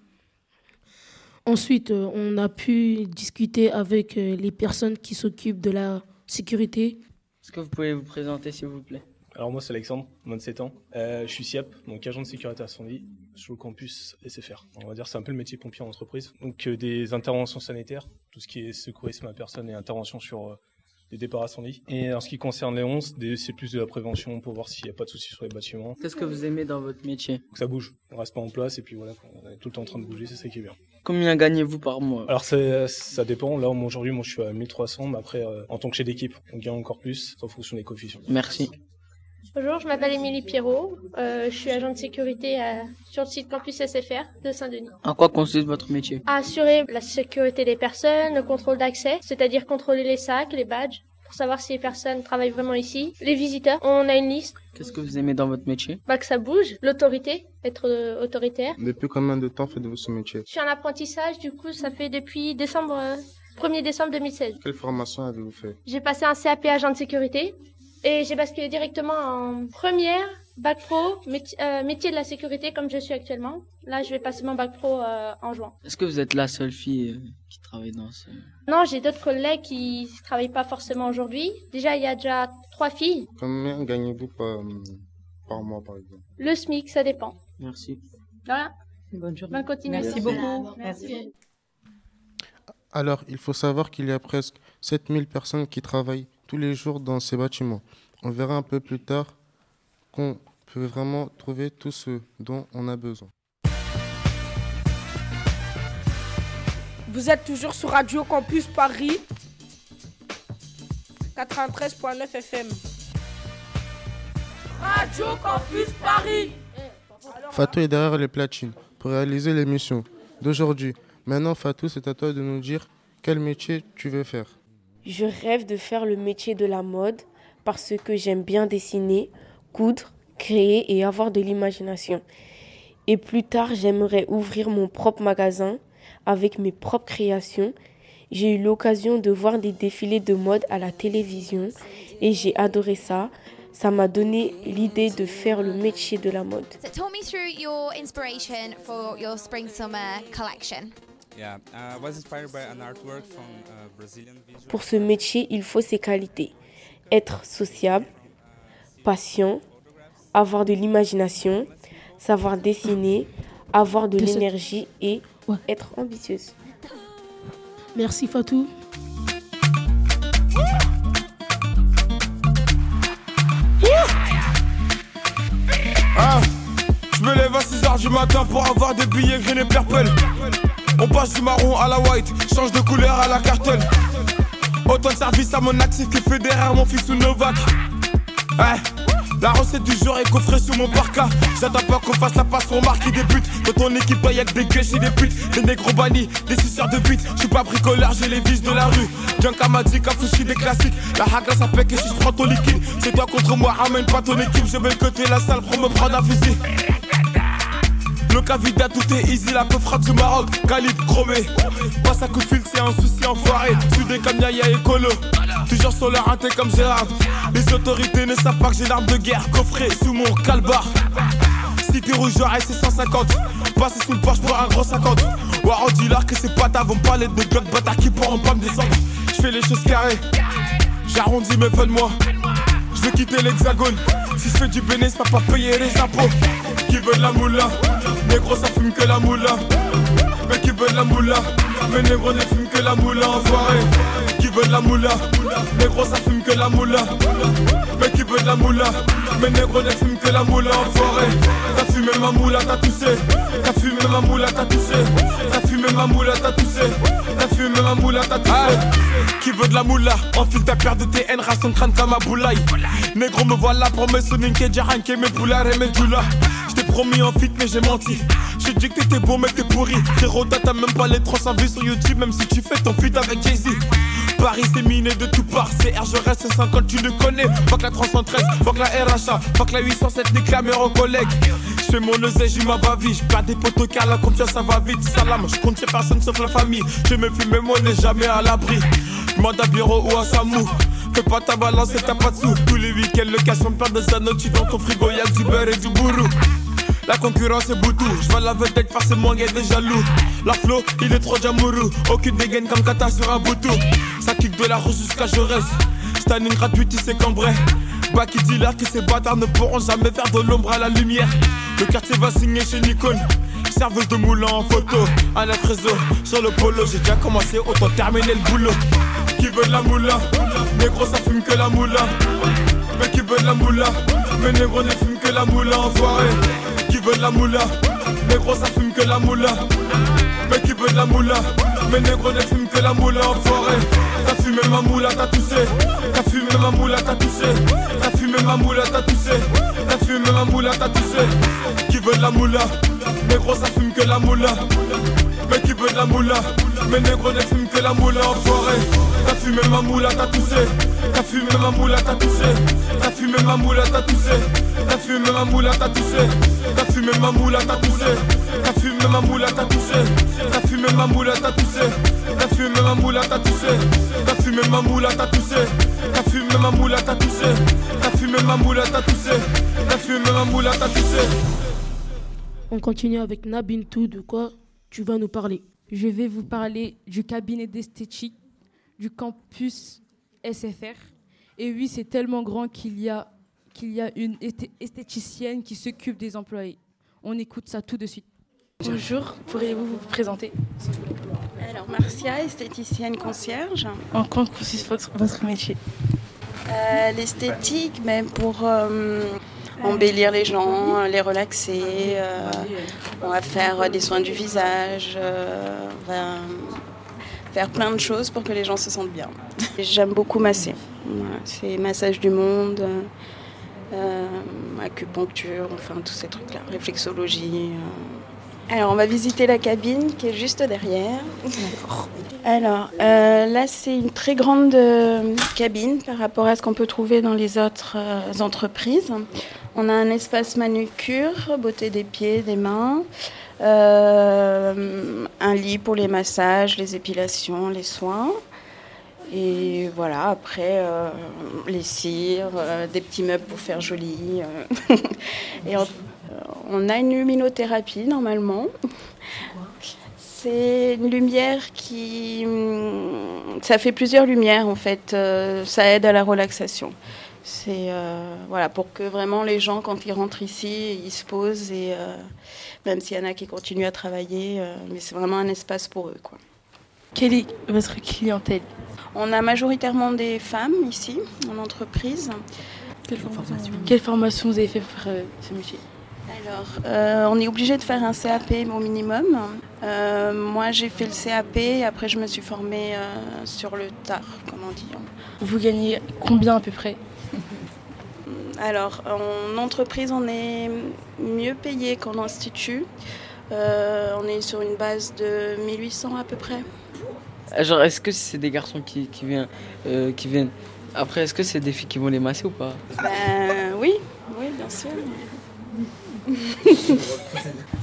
Ensuite, euh, on a pu discuter avec euh, les personnes qui s'occupent de la sécurité. Est-ce que vous pouvez vous présenter, s'il vous plaît? Alors moi, c'est Alexandre, vingt-sept ans. Euh, je suis S I A P, donc agent de sécurité incendie sur le campus S F R. On va dire c'est un peu le métier pompier en entreprise. Donc euh, des interventions sanitaires, tout ce qui est secourisme à personne et intervention sur euh, les départs incendies. Et en ce qui concerne les onces, c'est plus de la prévention pour voir s'il n'y a pas de soucis sur les bâtiments. Qu'est-ce que vous aimez dans votre métier? Que ça bouge, on reste pas en place et puis voilà, on est tout le temps en train de bouger, c'est ça qui est bien. Combien gagnez-vous par mois? Alors ça, ça dépend, là aujourd'hui moi je suis à mille trois cents, mais après euh, en tant que chef d'équipe, on gagne encore plus en fonction des coefficients. Merci. Bonjour, je m'appelle Émilie Pierrot, euh, je suis agent de sécurité à, sur le site campus S F R de Saint-Denis. En quoi consiste votre métier? À assurer la sécurité des personnes, le contrôle d'accès, c'est-à-dire contrôler les sacs, les badges, pour savoir si les personnes travaillent vraiment ici. Les visiteurs, on a une liste. Qu'est-ce que vous aimez dans votre métier? Bah, que ça bouge, l'autorité, être euh, autoritaire. Depuis combien de temps faites-vous ce métier? Je suis en apprentissage, du coup ça fait depuis décembre, euh, premier décembre deux mille seize. Quelle formation avez-vous fait? J'ai passé un C A P agent de sécurité et j'ai basculé directement en première, bac pro, métier, euh, métier de la sécurité comme je suis actuellement. Là je vais passer mon bac pro euh, en juin. Est-ce que vous êtes la seule fille euh, qui travaille dans ce... Non, j'ai d'autres collègues qui ne travaillent pas forcément aujourd'hui. Déjà il y a déjà trois filles. Combien gagnez-vous par, par mois par exemple? Le SMIC, ça dépend. Merci. Voilà. Bonne journée. Bonne continuation. Merci beaucoup. Merci. Alors, il faut savoir qu'il y a presque sept mille personnes qui travaillent tous les jours dans ces bâtiments. On verra un peu plus tard qu'on peut vraiment trouver tout ce dont on a besoin. Vous êtes toujours sur Radio Campus Paris, quatre-vingt-treize virgule neuf F M. Radio Campus Paris. Fatou est derrière les platines pour réaliser l'émission d'aujourd'hui. Maintenant, Fatou, c'est à toi de nous dire quel métier tu veux faire. Je rêve de faire le métier de la mode parce que j'aime bien dessiner, coudre, créer et avoir de l'imagination. Et plus tard, j'aimerais ouvrir mon propre magasin avec mes propres créations. J'ai eu l'occasion de voir des défilés de mode à la télévision et j'ai adoré ça. Ça m'a donné l'idée de faire le métier de la mode. So talk me through your inspiration for your spring summer collection. Yeah, I was inspired by an artwork from a Brazilian visual. Pour ce métier, il faut ces qualités. Être sociable, patient, avoir de l'imagination, savoir dessiner, avoir de l'énergie et ouais. être ambitieuse. Merci Fatou. Ah, je me lève à six heures du matin pour avoir des billets green et purple. On passe du marron à la white, change de couleur à la cartelle. Autant de service à mon actif que Federer, mon fils ou Novak. Ouais, la recette du jour est coffrée sous mon parka. J'attends pas qu'on fasse la passe pour marque qui débute. Dans ton équipe, y'a que des gueuches et des putes. Des négros bannis, des suceurs de bite. J'suis pas bricoleur, j'ai les vis de la rue. Bianca m'a dit qu'à fouchi des classiques. La hagra ça fait que si j'prends ton liquide. C'est toi contre moi, ramène pas ton équipe. Je vais côté la salle pour me prendre un fusil. Le Cavida, tout est easy, la peu frappe du Maroc. Calibre chromé, passe à coup de fil, c'est un souci enfoiré. Sudé comme Yaya et Colo, toujours sur leur inté comme Gérard. Les autorités ne savent pas que j'ai l'arme de guerre coffrée sous mon calbar. Cité rouge, genre c'est cent cinquante. Passé sous le porche pour un gros cinquante. Waro dit là que c'est pas ta, vont me parler de blocs bâtards qui pourront pas me descendre. J'fais les choses carrées, j'arrondis mes fins de mois. J'veux quitter l'hexagone. Si j'fais du bénéfice, pas pas payer les impôts. Qui veut de la moula, négro ça fume que la moula. Mais qui veut de la moula, mais négro ne fume que la moula, enfoiré. Qui veut de la moula, négro ça fume que la moula. Mais qui veut de la moula, mais négro ne fume que la moula, enfoiré. T'as fumé ma moula, t'as toussé. T'as fumé ma moula, t'as toussé. T'as fumé ma moula, t'as toussé. T'as fumé ma moula, t'as toussé. Qui veut de la moula, enfile ta paire de T N, rase ton crâne comme un boulaï. Négro me voilà pour me sonner, que Jaranke, mes poulards et mes doulas. J't'ai promis en fit mais j'ai menti. J'ai dit que t'étais bon mais t'es pourri. Frérot t'as même pas les trois cents vues sur YouTube. Même si tu fais ton feat avec Jay-Z. Paris c'est miné de tout part. C R je reste cinquante tu le connais. Fuck la trois cent treize, fuck la R H A. Fuck la huit cent sept, nique la mère aux collègues. J'fais mon oseille, j'y ma va-vie. J'perds des potos car la confiance ça va vite. Salam, j'compte sur personne sauf la famille. Je me fume mais moi on n'est jamais à l'abri. J'mande à bureau ou à Samou. Fais pas ta balance et t'as pas de sous. Tous les week-ends le cash on plein de zanotis. Dans ton frigo y'a du beurre et du bourreau. La concurrence est boutou, j'vois la vedette forcément y'a des jaloux. La flow, il est trop jamourou. Aucune dégaine comme Kata sur un boutou. Ça kick de la rose jusqu'à Jaurès. Standing gratuit, tu sais qu'en vrai. Baki dit là que ces bâtards ne pourront jamais faire de l'ombre à la lumière. Le quartier va signer chez Nikon. Serveuse de moulin en photo. Un net réseau sur le polo. J'ai déjà commencé, autant terminer le boulot. Qui veut de la moula, négro ça fume que la moula. Mais qui veut de la moula, mais négro ne fume que la moula, enfoiré. Qui veut de la moula, négro ça fume que la moula. Mais qui veut de la moula, mais négro ne fume que la moula, enfoiré. T'as fumé ma moula, t'as toussé. T'as fumé ma moula, t'as toussé. T'as fumé ma moula, t'as toussé. T'as fumé ma moula, t'as toussé. Qui veut de la moula, négro ça fume que la moula. Mais qui veut de la moula, mais négro ne fume que la moula, enfoiré. T'as fumé ma moula, t'as toussé. T'as fumé ma moula, t'as toussé. T'as fumé ma moula, t'as toussé. T'as fumé ma moula, t'as toussé. T'as fumé ma moula, t'as toussé. T'as fumé ma moula, t'as toussé. T'as fumé ma moula, t'as toussé. T'as fumé ma moula, t'as toussé. T'as fumé ma moula, t'as toussé. T'as fumé ma moula, t'as toussé. T'as fumé ma moula, t'as toussé. T'as fumé ma moula, t'as toussé. On continue avec Nabintou, de quoi tu vas nous parler? Je vais vous parler du cabinet d'esthétique du campus S F R. Et oui, c'est tellement grand qu'il y a, qu'il y a une esthéticienne qui s'occupe des employés. On écoute ça tout de suite. Bonjour, pourriez-vous vous présenter? Alors, Marcia, esthéticienne concierge. En quoi consiste votre, votre métier? euh, L'esthétique, mais pour euh, embellir les gens, les relaxer. Euh, on va faire des soins du visage, euh, on va faire plein de choses pour que les gens se sentent bien. J'aime beaucoup masser. Voilà, c'est massage du monde, euh, acupuncture, enfin tous ces trucs-là, réflexologie. Euh. Alors on va visiter la cabine qui est juste derrière. Alors euh, là c'est une très grande euh, cabine par rapport à ce qu'on peut trouver dans les autres euh, entreprises. On a un espace manucure, beauté des pieds, des mains. Euh, un lit pour les massages, les épilations, les soins. Et voilà, après, euh, les cires, euh, des petits meubles pour faire joli. Euh. Et on, on a une luminothérapie, normalement. C'est une lumière qui... Ça fait plusieurs lumières, en fait. Euh, ça aide à la relaxation. C'est euh, voilà, pour que vraiment les gens, quand ils rentrent ici, ils se posent. Et, euh, même s'il y en a qui continuent à travailler. Euh, mais c'est vraiment un espace pour eux, quoi. Quelle est votre clientèle? On a majoritairement des femmes ici, en entreprise. Quelle formation, Quelle formation vous avez fait pour euh, ce métier? Alors, euh, on est obligé de faire un C A P au minimum. Euh, moi, j'ai fait le C A P et après, je me suis formée euh, sur le tard, comme on dit. Vous gagnez combien à peu près? Alors, en entreprise, on est mieux payé qu'en institut. Euh, on est sur une base de mille huit cents à peu près. Genre, est-ce que c'est des garçons qui, qui, viennent, euh, qui viennent... Après, est-ce que c'est des filles qui vont les masser ou pas? Ben oui, oui, bien sûr.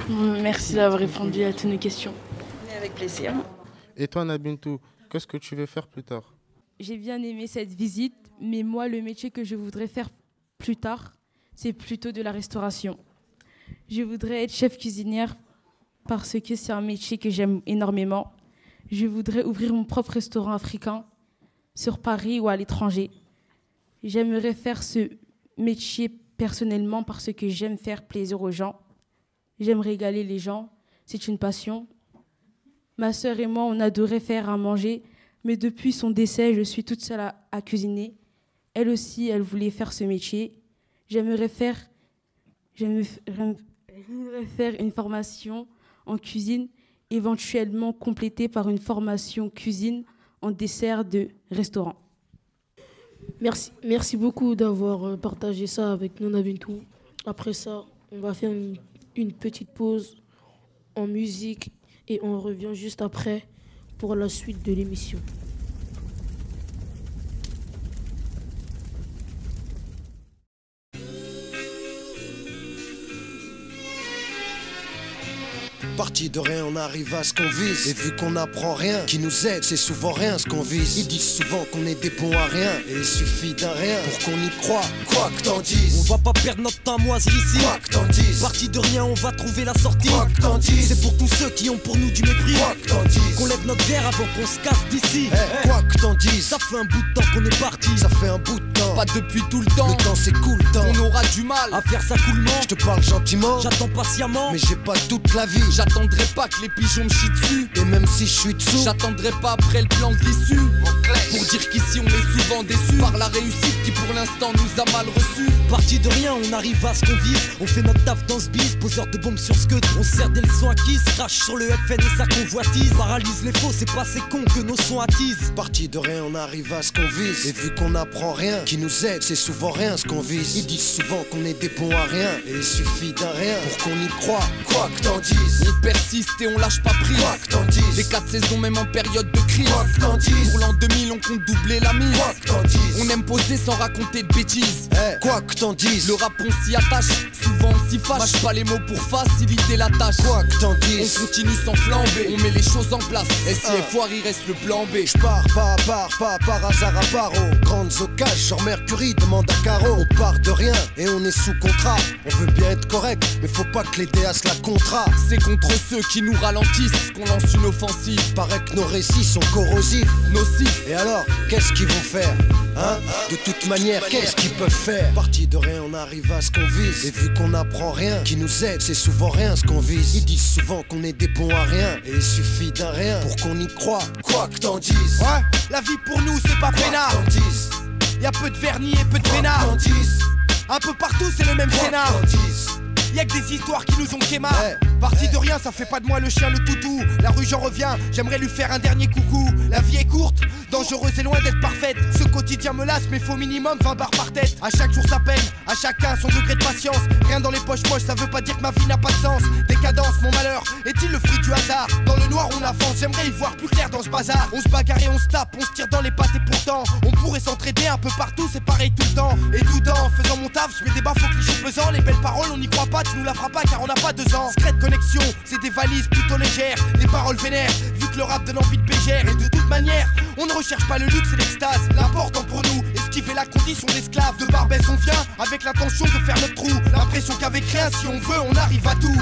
Merci d'avoir répondu à toutes nos questions. Avec plaisir. Et toi, Nabintou, qu'est-ce que tu veux faire plus tard? J'ai bien aimé cette visite, mais moi, le métier que je voudrais faire plus tard, c'est plutôt de la restauration. Je voudrais être chef cuisinière parce que c'est un métier que j'aime énormément. Je voudrais ouvrir mon propre restaurant africain sur Paris ou à l'étranger. J'aimerais faire ce métier personnellement parce que j'aime faire plaisir aux gens. J'aime régaler les gens. C'est une passion. Ma sœur et moi, on adorait faire à manger, mais depuis son décès, je suis toute seule à, à cuisiner. Elle aussi, elle voulait faire ce métier. J'aimerais faire, j'aimerais, j'aimerais faire une formation en cuisine, éventuellement complétée par une formation cuisine en dessert de restaurant. Merci, merci beaucoup d'avoir partagé ça avec nous, Nabintou. Après ça, on va faire une, une petite pause en musique et on revient juste après pour la suite de l'émission. Parti de rien, on arrive à ce qu'on vise. Et vu qu'on n'apprend rien, qui nous aide, c'est souvent rien ce qu'on vise. Ils disent souvent qu'on est des bons à rien, et il suffit d'un rien pour qu'on y croit, quoi que t'en dises. On va pas perdre notre temps à moisir ici, quoi que t'en dises. Parti de rien, on va trouver la sortie, quoi que t'en dises. C'est pour tous ceux qui ont pour nous du mépris, quoi que t'en dises. Qu'on lève notre verre avant qu'on se casse d'ici, hey, hey. Quoi que t'en dises. Ça fait un bout de temps qu'on est parti, ça fait un bout de temps, pas depuis tout le temps. Le temps s'écoule, temps, on aura du mal à faire ça coolement. Je te parle gentiment, j'attends patiemment, mais j'ai pas toute la vie. J'attendrai pas que les pigeons me chient dessus, et même si je suis dessous, j'attendrai pas après le plan de l'issue pour dire qu'ici on est souvent déçus par la réussite qui pour l'instant nous a mal reçus. Parti de rien, on arrive à ce qu'on vise. On fait notre taf dans ce bis, poseur de bombes sur scud. On sert des leçons acquises, crache sur le F N et sa convoitise. Paralyse les faux, c'est pas ces cons que nos sons attisent. Parti de rien, on arrive à ce qu'on vise. Et vu qu'on apprend rien, qui nous aide, c'est souvent rien ce qu'on vise. Ils disent souvent qu'on est des bons à rien, et il suffit d'un rien pour qu'on y croit, quoi que t'en dises. On persiste et on lâche pas prise, quoi que t'en dises. Les quatre saisons même en période de crise, quoi que t'en dises. Pour l'an deux mille on compte doubler la mise, quoi que t'en dises. On aime poser sans raconter de bêtises, hey, quoi que t'en dises. Le rap on s'y attache, souvent on s'y fâche. Mâche pas les mots pour faciliter la tâche, quoi que t'en dises. On continue sans flamber, on met les choses en place. Et si les foires il reste le plan B. J'pars pas à part, pas par hasard à part aux grandes occasions, genre Mercury demande à Caro. On part de rien et on est sous contrat. On veut bien être correct, mais faut pas que les déasses la contrat. C'est contre ceux qui nous ralentissent qu'on lance une offensive. Paraît que nos récits sont corrosifs, nocifs. Et alors, qu'est-ce qu'ils vont faire, hein? De toute manière, qu'est-ce qu'ils peuvent faire? Parti de rien, on arrive à ce qu'on vise. Et vu qu'on apprend rien, qui nous aide, c'est souvent rien ce qu'on vise. Ils disent souvent qu'on est des bons à rien, et il suffit d'un rien pour qu'on y croit, quoi que t'en dises. Ouais, la vie pour nous c'est pas peinard. Y'a peu de vernis et peu de vénard. Un peu partout c'est le même scénar. Y'a que des histoires qui nous ont quémar. Hey, Parti hey. de rien, ça fait pas de moi le chien le toutou. La rue j'en reviens, j'aimerais lui faire un dernier coucou. La vie est courte, dangereuse et loin d'être parfaite. Ce quotidien me lasse, mais faut minimum vingt barres par tête. À chaque jour sa peine, à chacun son degré de patience. Rien dans les poches poches, ça veut pas dire que ma vie n'a pas de sens. Décadence, mon malheur, est-il le fruit du hasard? Dans le noir on avance, j'aimerais y voir plus clair dans ce bazar. On se bagarre et on se tape, on se tire dans les pattes et pourtant on pourrait s'entraider un peu partout, c'est pareil tout le temps. Et tout en faisant mon taf, je mets des baffes aux clichés pesants. Les belles paroles on n'y croit pas, tu nous la feras pas car on n'a pas deux ans. Secret de connexion, c'est des valises plutôt légères. Des paroles vénères, vu que le rap donne envie de bégère. Et de toute manière, on ne recherche pas le luxe et l'extase. L'important pour nous est ce qui fait la condition d'esclave. De Barbès on vient avec l'intention de faire notre trou. L'impression qu'avec rien, si on veut, on arrive à tout.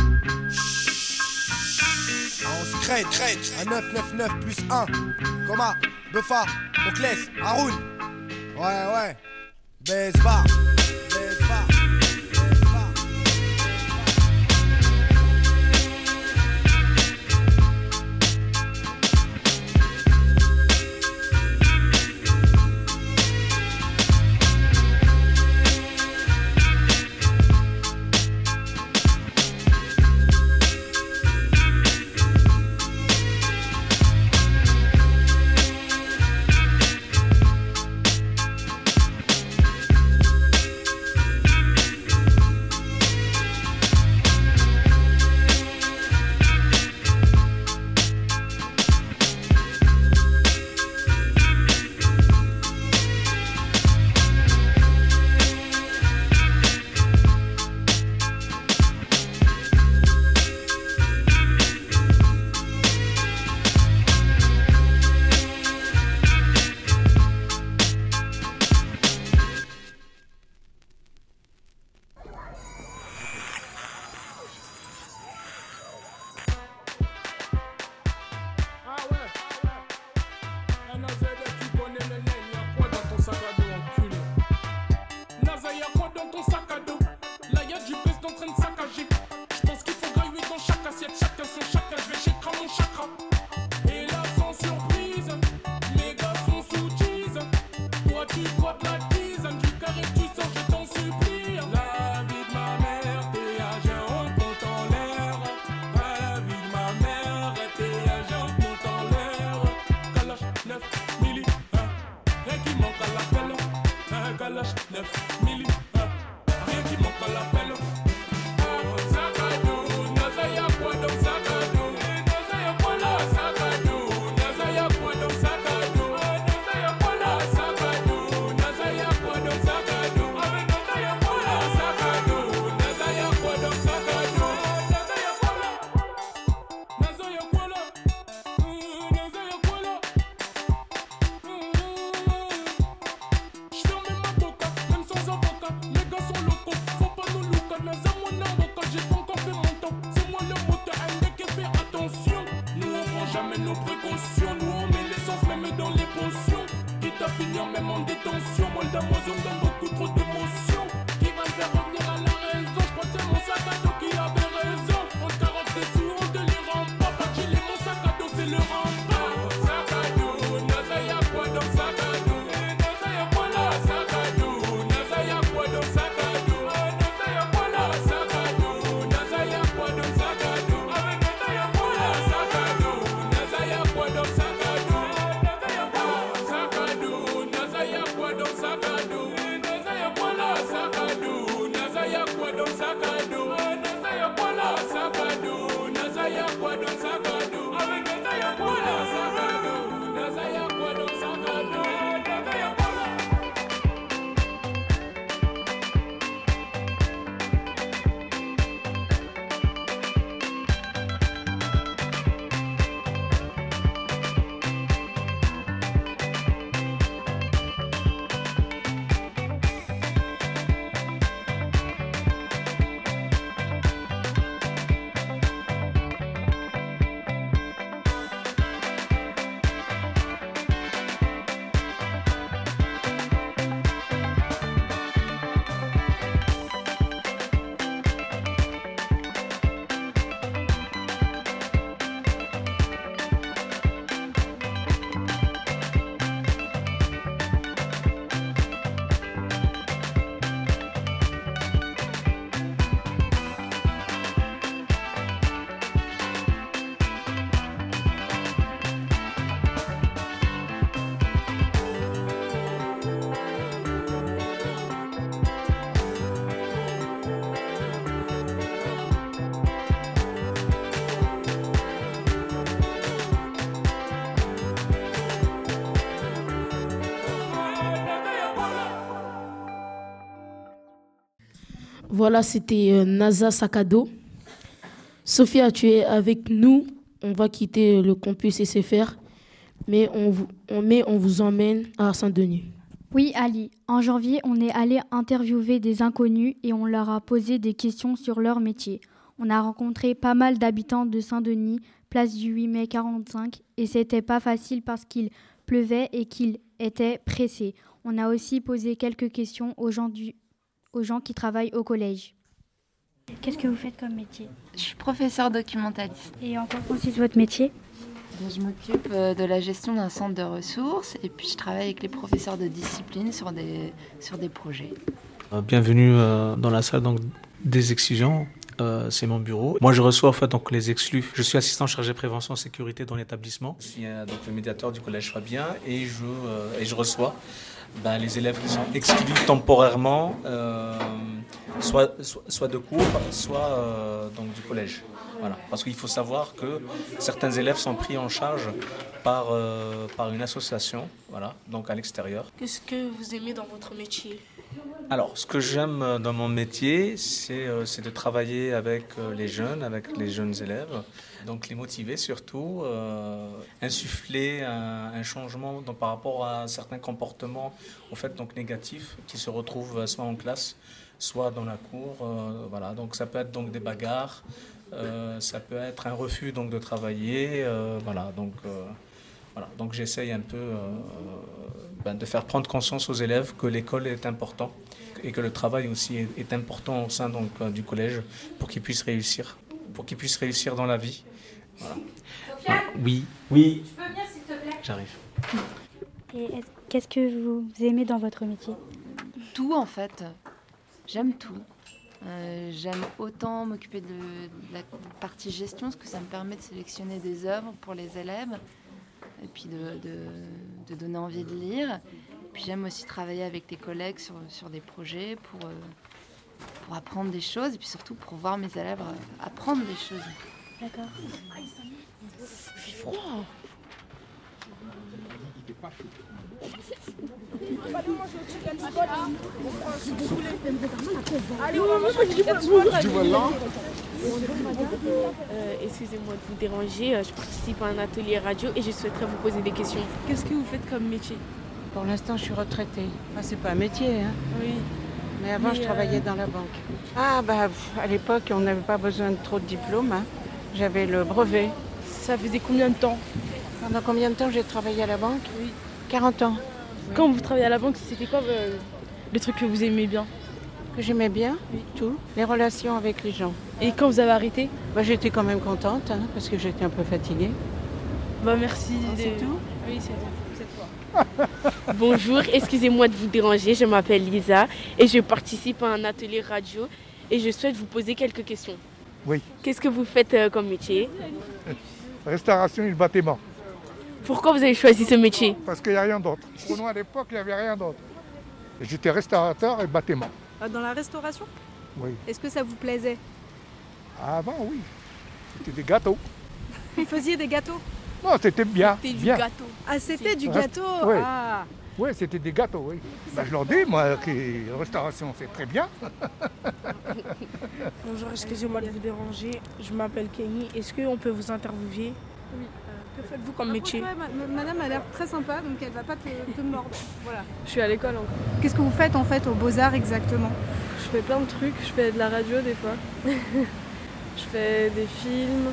On se crête, crête, à neuf neuf neuf plus un. Coma, Buffa, Oclès, Haroun. Ouais, ouais, Besbar, Besbar. Voilà, c'était euh, NASA Sakado. Sophia, tu es avec nous. On va quitter le campus S F R, mais on vous, on, mais on vous emmène à Saint-Denis. Oui, Ali. En janvier, on est allé interviewer des inconnus et on leur a posé des questions sur leur métier. On a rencontré pas mal d'habitants de Saint-Denis, place du huit mai quarante-cinq, et c'était pas facile parce qu'il pleuvait et qu'ils étaient pressés. On a aussi posé quelques questions aux gens, du, aux gens qui travaillent au collège. Qu'est-ce que vous faites comme métier? Je suis professeure documentaliste. Et en quoi consiste votre métier? Je m'occupe de la gestion d'un centre de ressources et puis je travaille avec les professeurs de discipline sur des, sur des projets. Bienvenue dans la salle donc, des exclusions. Euh, c'est mon bureau. Moi, je reçois en fait donc les exclus. Je suis assistant chargé de prévention et sécurité dans l'établissement. Je suis euh, donc le médiateur du collège Fabien et je euh, et je reçois ben, les élèves qui sont exclus temporairement, euh, soit, soit soit de cours, soit euh, donc du collège. Voilà. Parce qu'il faut savoir que certains élèves sont pris en charge par euh, par une association, voilà, donc à l'extérieur. Qu'est-ce que vous aimez dans votre métier? Alors, ce que j'aime dans mon métier, c'est, euh, c'est de travailler avec euh, les jeunes, avec les jeunes élèves. Donc, les motiver surtout, euh, insuffler un, un changement donc, par rapport à certains comportements en fait, donc, négatifs qui se retrouvent soit en classe, soit dans la cour. Euh, voilà. Donc, ça peut être donc, des bagarres, euh, ça peut être un refus donc, de travailler. Euh, voilà. Donc, euh, voilà. Donc, j'essaye un peu... Euh, Ben, de faire prendre conscience aux élèves que l'école est important et que le travail aussi est, est important au sein donc, euh, du collège pour qu'ils puissent réussir, pour qu'ils puissent réussir dans la vie. Voilà. Sofiane ? Oui, oui. Tu peux venir s'il te plaît ? J'arrive. Et est-ce- qu'est-ce que vous aimez dans votre métier ? Tout en fait, j'aime tout. Euh, j'aime autant m'occuper de, de la partie gestion, parce que ça me permet de sélectionner des œuvres pour les élèves et puis de, de, de donner envie de lire. Puis j'aime aussi travailler avec les collègues sur, sur des projets pour, euh, pour apprendre des choses et puis surtout pour voir mes élèves euh, apprendre des choses. D'accord. Il fait froid. Allez, on va manger au chicken spot. Tu vois là? Euh, Excusez-moi de vous déranger, euh, je participe à un atelier radio et je souhaiterais vous poser des questions. Qu'est-ce que vous faites comme métier? Pour l'instant, je suis retraitée. Enfin, c'est pas un métier, hein. Oui. Mais avant, Mais, je euh, travaillais dans la banque. Ah, bah, pff, à l'époque, on n'avait pas besoin de trop de diplômes, hein. J'avais le brevet. Ça faisait combien de temps? Pendant combien de temps j'ai travaillé à la banque? Oui. quarante ans. Quand vous travaillez à la banque, c'était quoi euh, le truc que vous aimez bien? Que j'aimais bien? Oui. Tout. Les relations avec les gens. Et quand vous avez arrêté? Bah, j'étais quand même contente, hein, parce que j'étais un peu fatiguée. Bah merci. Ah, c'est de- tout? Oui, c'est tout, cette fois. Bonjour, excusez-moi de vous déranger, je m'appelle Lisa et je participe à un atelier radio et je souhaite vous poser quelques questions. Oui. Qu'est-ce que vous faites euh, comme métier? Restauration et le bâtiment. Pourquoi vous avez choisi ce métier? Parce qu'il n'y a rien d'autre. Pour nous, à l'époque, il n'y avait rien d'autre. Et J'étais restaurateur et bâtiment. Dans la restauration? Oui. Est-ce que ça vous plaisait? Avant, oui. C'était des gâteaux. Vous faisiez des gâteaux? Non, c'était bien. C'était du bien. gâteau. Ah, c'était du Rest- gâteau? Oui. Ah. Oui, c'était des gâteaux, oui. Ben, je leur dis, moi, que la restauration, c'est très bien. Bonjour, excusez-moi de vous déranger, je m'appelle Kenny, est-ce qu'on peut vous interviewer? Oui. Que faites-vous comme métier? Approche-toi, ma- ma- Madame a l'air très sympa, donc elle va pas te, te mordre. Voilà. Je suis à l'école encore. Qu'est-ce que vous faites en fait aux Beaux-Arts exactement? Je fais plein de trucs, je fais de la radio des fois. Je fais des films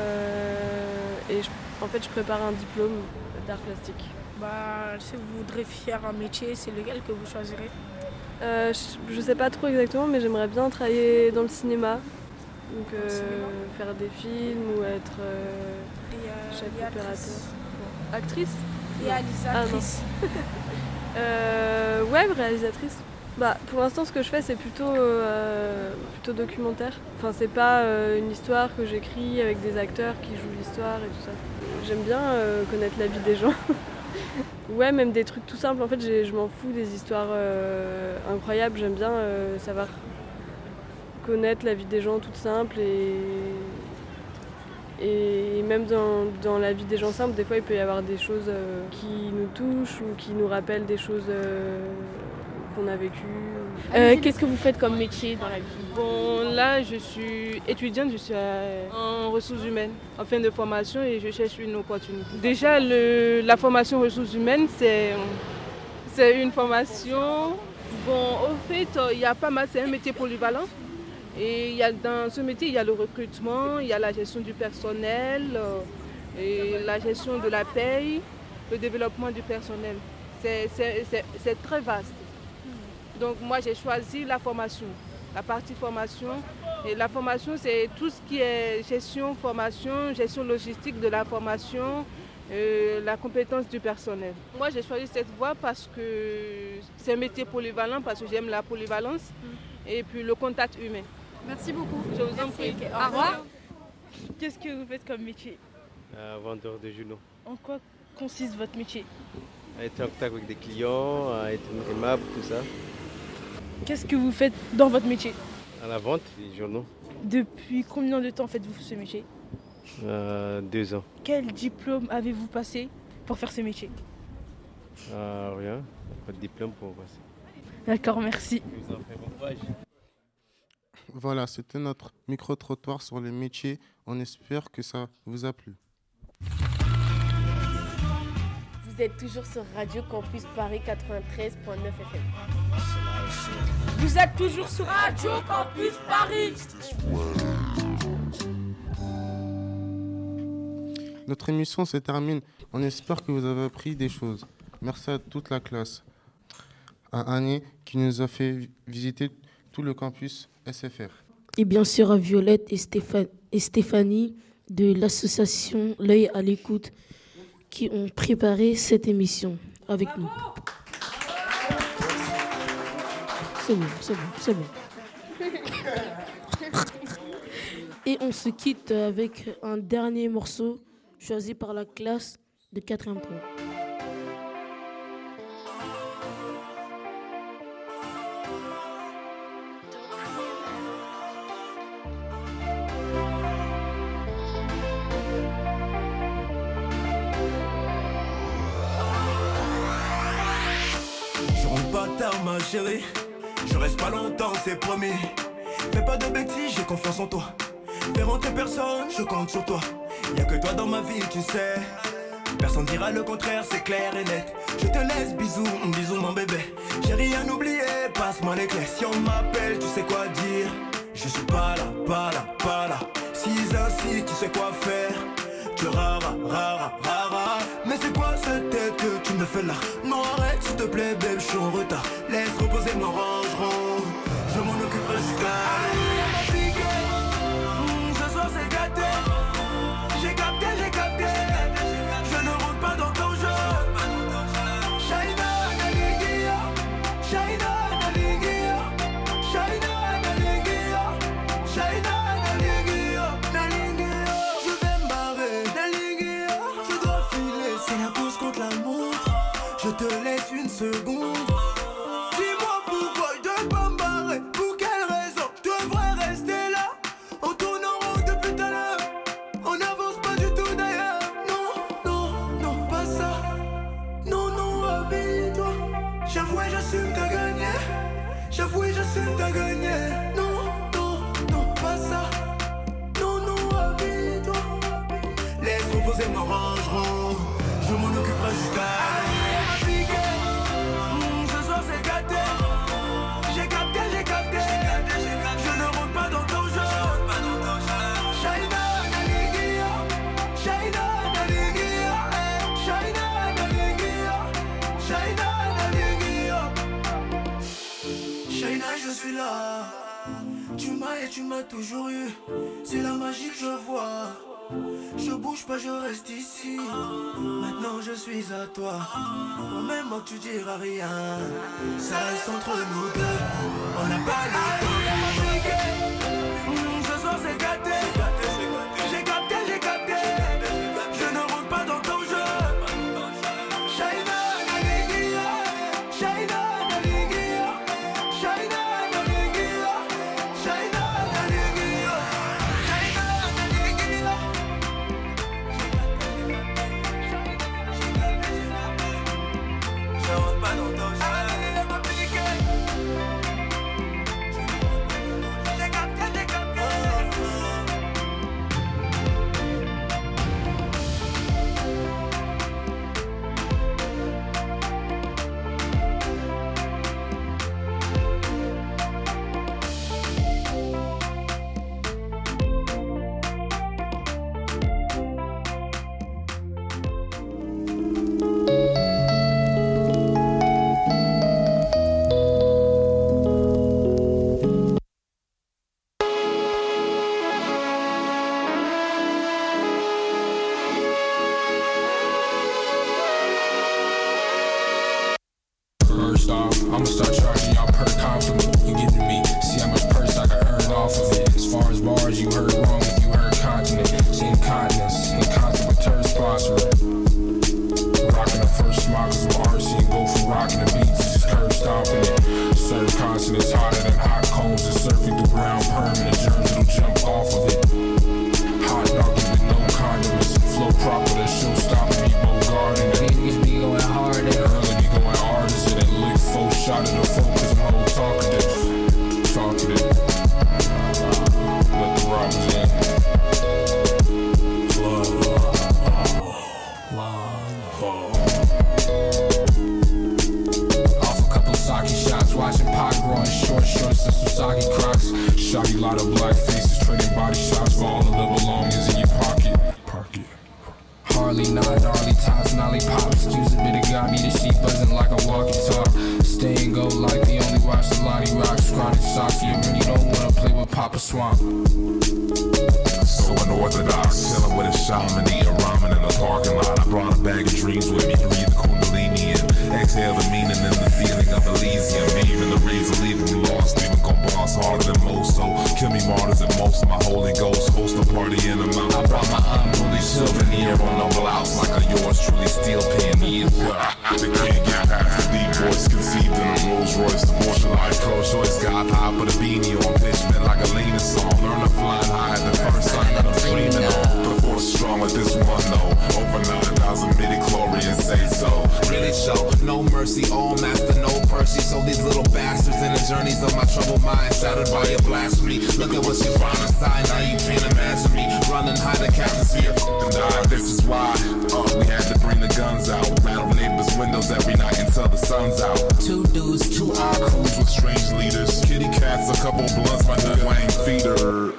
euh, et je- en fait je prépare un diplôme d'art plastique. Bah, si vous voudrez faire un métier, c'est lequel que vous choisirez? Euh, je, je sais pas trop exactement, mais j'aimerais bien travailler dans le cinéma. Donc euh, faire des films ou être euh, chef opérateur. Actrice? Réalisatrice. Ah, non. euh, ouais, réalisatrice. Bah, pour l'instant, ce que je fais, c'est plutôt, euh, plutôt documentaire. Enfin, c'est pas euh, une histoire que j'écris avec des acteurs qui jouent l'histoire et tout ça. J'aime bien euh, connaître la vie des gens. Ouais, même des trucs tout simples. En fait, j'ai- je m'en fous des histoires euh, incroyables. J'aime bien euh, savoir connaître la vie des gens toute simple et, et même dans, dans la vie des gens simples, des fois, il peut y avoir des choses euh, qui nous touchent ou qui nous rappellent des choses euh, qu'on a vécues. Euh, Qu'est-ce que vous faites comme métier dans la vie? Bon, là, je suis étudiante, je suis en ressources humaines, en fin de formation et je cherche une opportunité. Déjà, le, la formation ressources humaines, c'est, c'est une formation. Bon, au fait, il y a pas mal, c'est un métier polyvalent. Et il y a, dans ce métier, il y a le recrutement, il y a la gestion du personnel, et la gestion de la paye, le développement du personnel. C'est, c'est, c'est, c'est très vaste. Donc moi, j'ai choisi la formation, la partie formation. Et la formation, c'est tout ce qui est gestion, formation, gestion logistique de la formation, euh, la compétence du personnel. Moi, j'ai choisi cette voie parce que c'est un métier polyvalent, parce que j'aime la polyvalence et puis le contact humain. Merci beaucoup. Je vous en prie. Au revoir. Qu'est-ce que vous faites comme métier? Euh, vendeur de journaux. En quoi consiste votre métier? À être en contact avec des clients, à être aimable, tout ça. Qu'est-ce que vous faites dans votre métier? À la vente des journaux. Depuis combien de temps faites-vous ce métier? Euh, deux ans. Quel diplôme avez-vous passé pour faire ce métier? Euh, rien, pas de diplôme pour passer. D'accord, merci. Je vous en prie, bon courage. Voilà, c'était notre micro-trottoir sur les métiers. On espère que ça vous a plu. Vous êtes toujours sur Radio Campus Paris quatre-vingt-treize virgule neuf F M. Vous êtes toujours sur Radio Campus Paris. Notre émission se termine. On espère que vous avez appris des choses. Merci à toute la classe. À Annie qui nous a fait visiter tout le campus S F R. Et bien sûr à Violette et, Stéphane, et Stéphanie de l'association L'œil à l'écoute qui ont préparé cette émission avec nous. C'est bon, c'est bon, c'est bon. Et on se quitte avec un dernier morceau choisi par la classe de quatrième trois. Ma chérie, je reste pas longtemps, c'est promis. Fais pas de bêtises, j'ai confiance en toi. Fais rentrer personne, je compte sur toi. Y'a que toi dans ma vie, tu sais. Personne dira le contraire, c'est clair et net. Je te laisse, bisous, bisous mon bébé. J'ai rien oublié, passe-moi les clés. Si on m'appelle, tu sais quoi dire. Je suis pas là, pas là, pas là. S'ils insistent, tu sais quoi faire. Tu rara, rara, rara. Mais c'est quoi cette tête que tu me fais là? Non, arrête s'il te plaît, babe, je suis en retard. Laisse reposer mon rangeron. Je m'en occuperai jusqu'à. Allez, ma piqué. Mmh, ce soir c'est gâté. J'ai capté, j'ai capté. Je ne rentre pas dans ton jeu. Shaina, Naligia. Shaina, Naligia. Shaina, Naligia. Shaina, Naligia. Naligia. Je vais me barrer. Naligia. Je dois filer. C'est la course contre la montre. Je te laisse une seconde. Dis-moi pourquoi je dois pas me barrer. Pour quelle raison je devrais rester là? On tourne en rond depuis tout à l'heure. On n'avance pas du tout d'ailleurs. Non, non, non, pas ça. Non, non, habille-toi. J'avoue et j'assume t'as gagné. J'avoue et j'assume t'as gagné. Non, non, non, pas ça. Non, non, habille-toi. Laisse reposer mon rangeron. Je m'en occuperai jusqu'à. Tu m'as et tu m'as toujours eu. C'est la magie que je vois. Je bouge pas, je reste ici. Maintenant je suis à toi. Pour même moi tu diras rien. Ça reste entre nous deux. On n'a pas le temps. Ce soir c'est gâté. J'ai capté, j'ai capté. Je ne rentre pas dans ton jeu. Shaina, Naligia. Shaina, Naligia. Shaina. swamp. So unorthodox, chillin' with a shaman, eating ramen in the parking lot. I brought a bag of dreams with me, breathe the kundalini in. Exhale the meaning and the feeling of Elysium. Even the reason leaving me lost, even gon' boss harder than most. So kill me martyrs and most of my Holy Ghost. Host a party in the mountain. I brought my unruly souvenir on a blouse like a yours truly steel pen. They can't get past the deep voice conceived in a Rolls Royce. The Porsche life pro-choice got high, put a beanie on. Pitch bent like a leaning song. Learn to fly high at the first sign that I'm dreaming on. But the force is strong like this one though. Over nine thousand midi-chlorians say so. Really show no mercy, all master, no Percy. So these little bastards in the journeys of my troubled mind, shattered by your blasphemy. Look at what you find inside, now you can't imagine me running high the captain's here and die. This is why uh, we had to bring the guns out, rattle neighbors' windows every night until the sun's out. Two dudes, two odd crews with strange leaders, kitty cats, a couple blunts, my nigga Wayne feeder.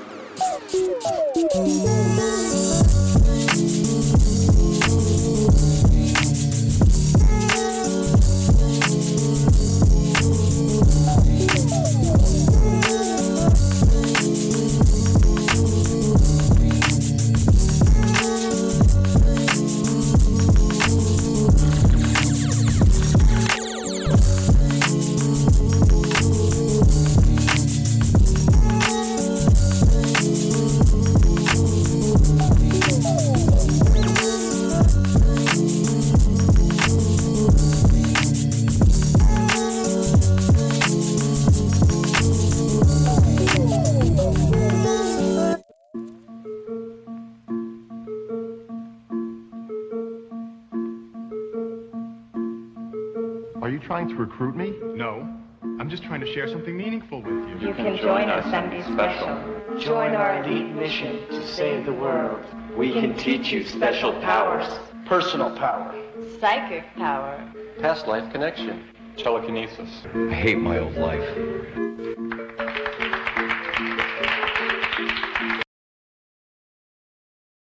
Are you trying to recruit me? No. I'm just trying to share something meaningful with you. You can join us Sunday Special. Join our elite mission to save the world. We can teach you special powers. Personal power. Psychic power. Past life connection. Telekinesis. I hate my old life.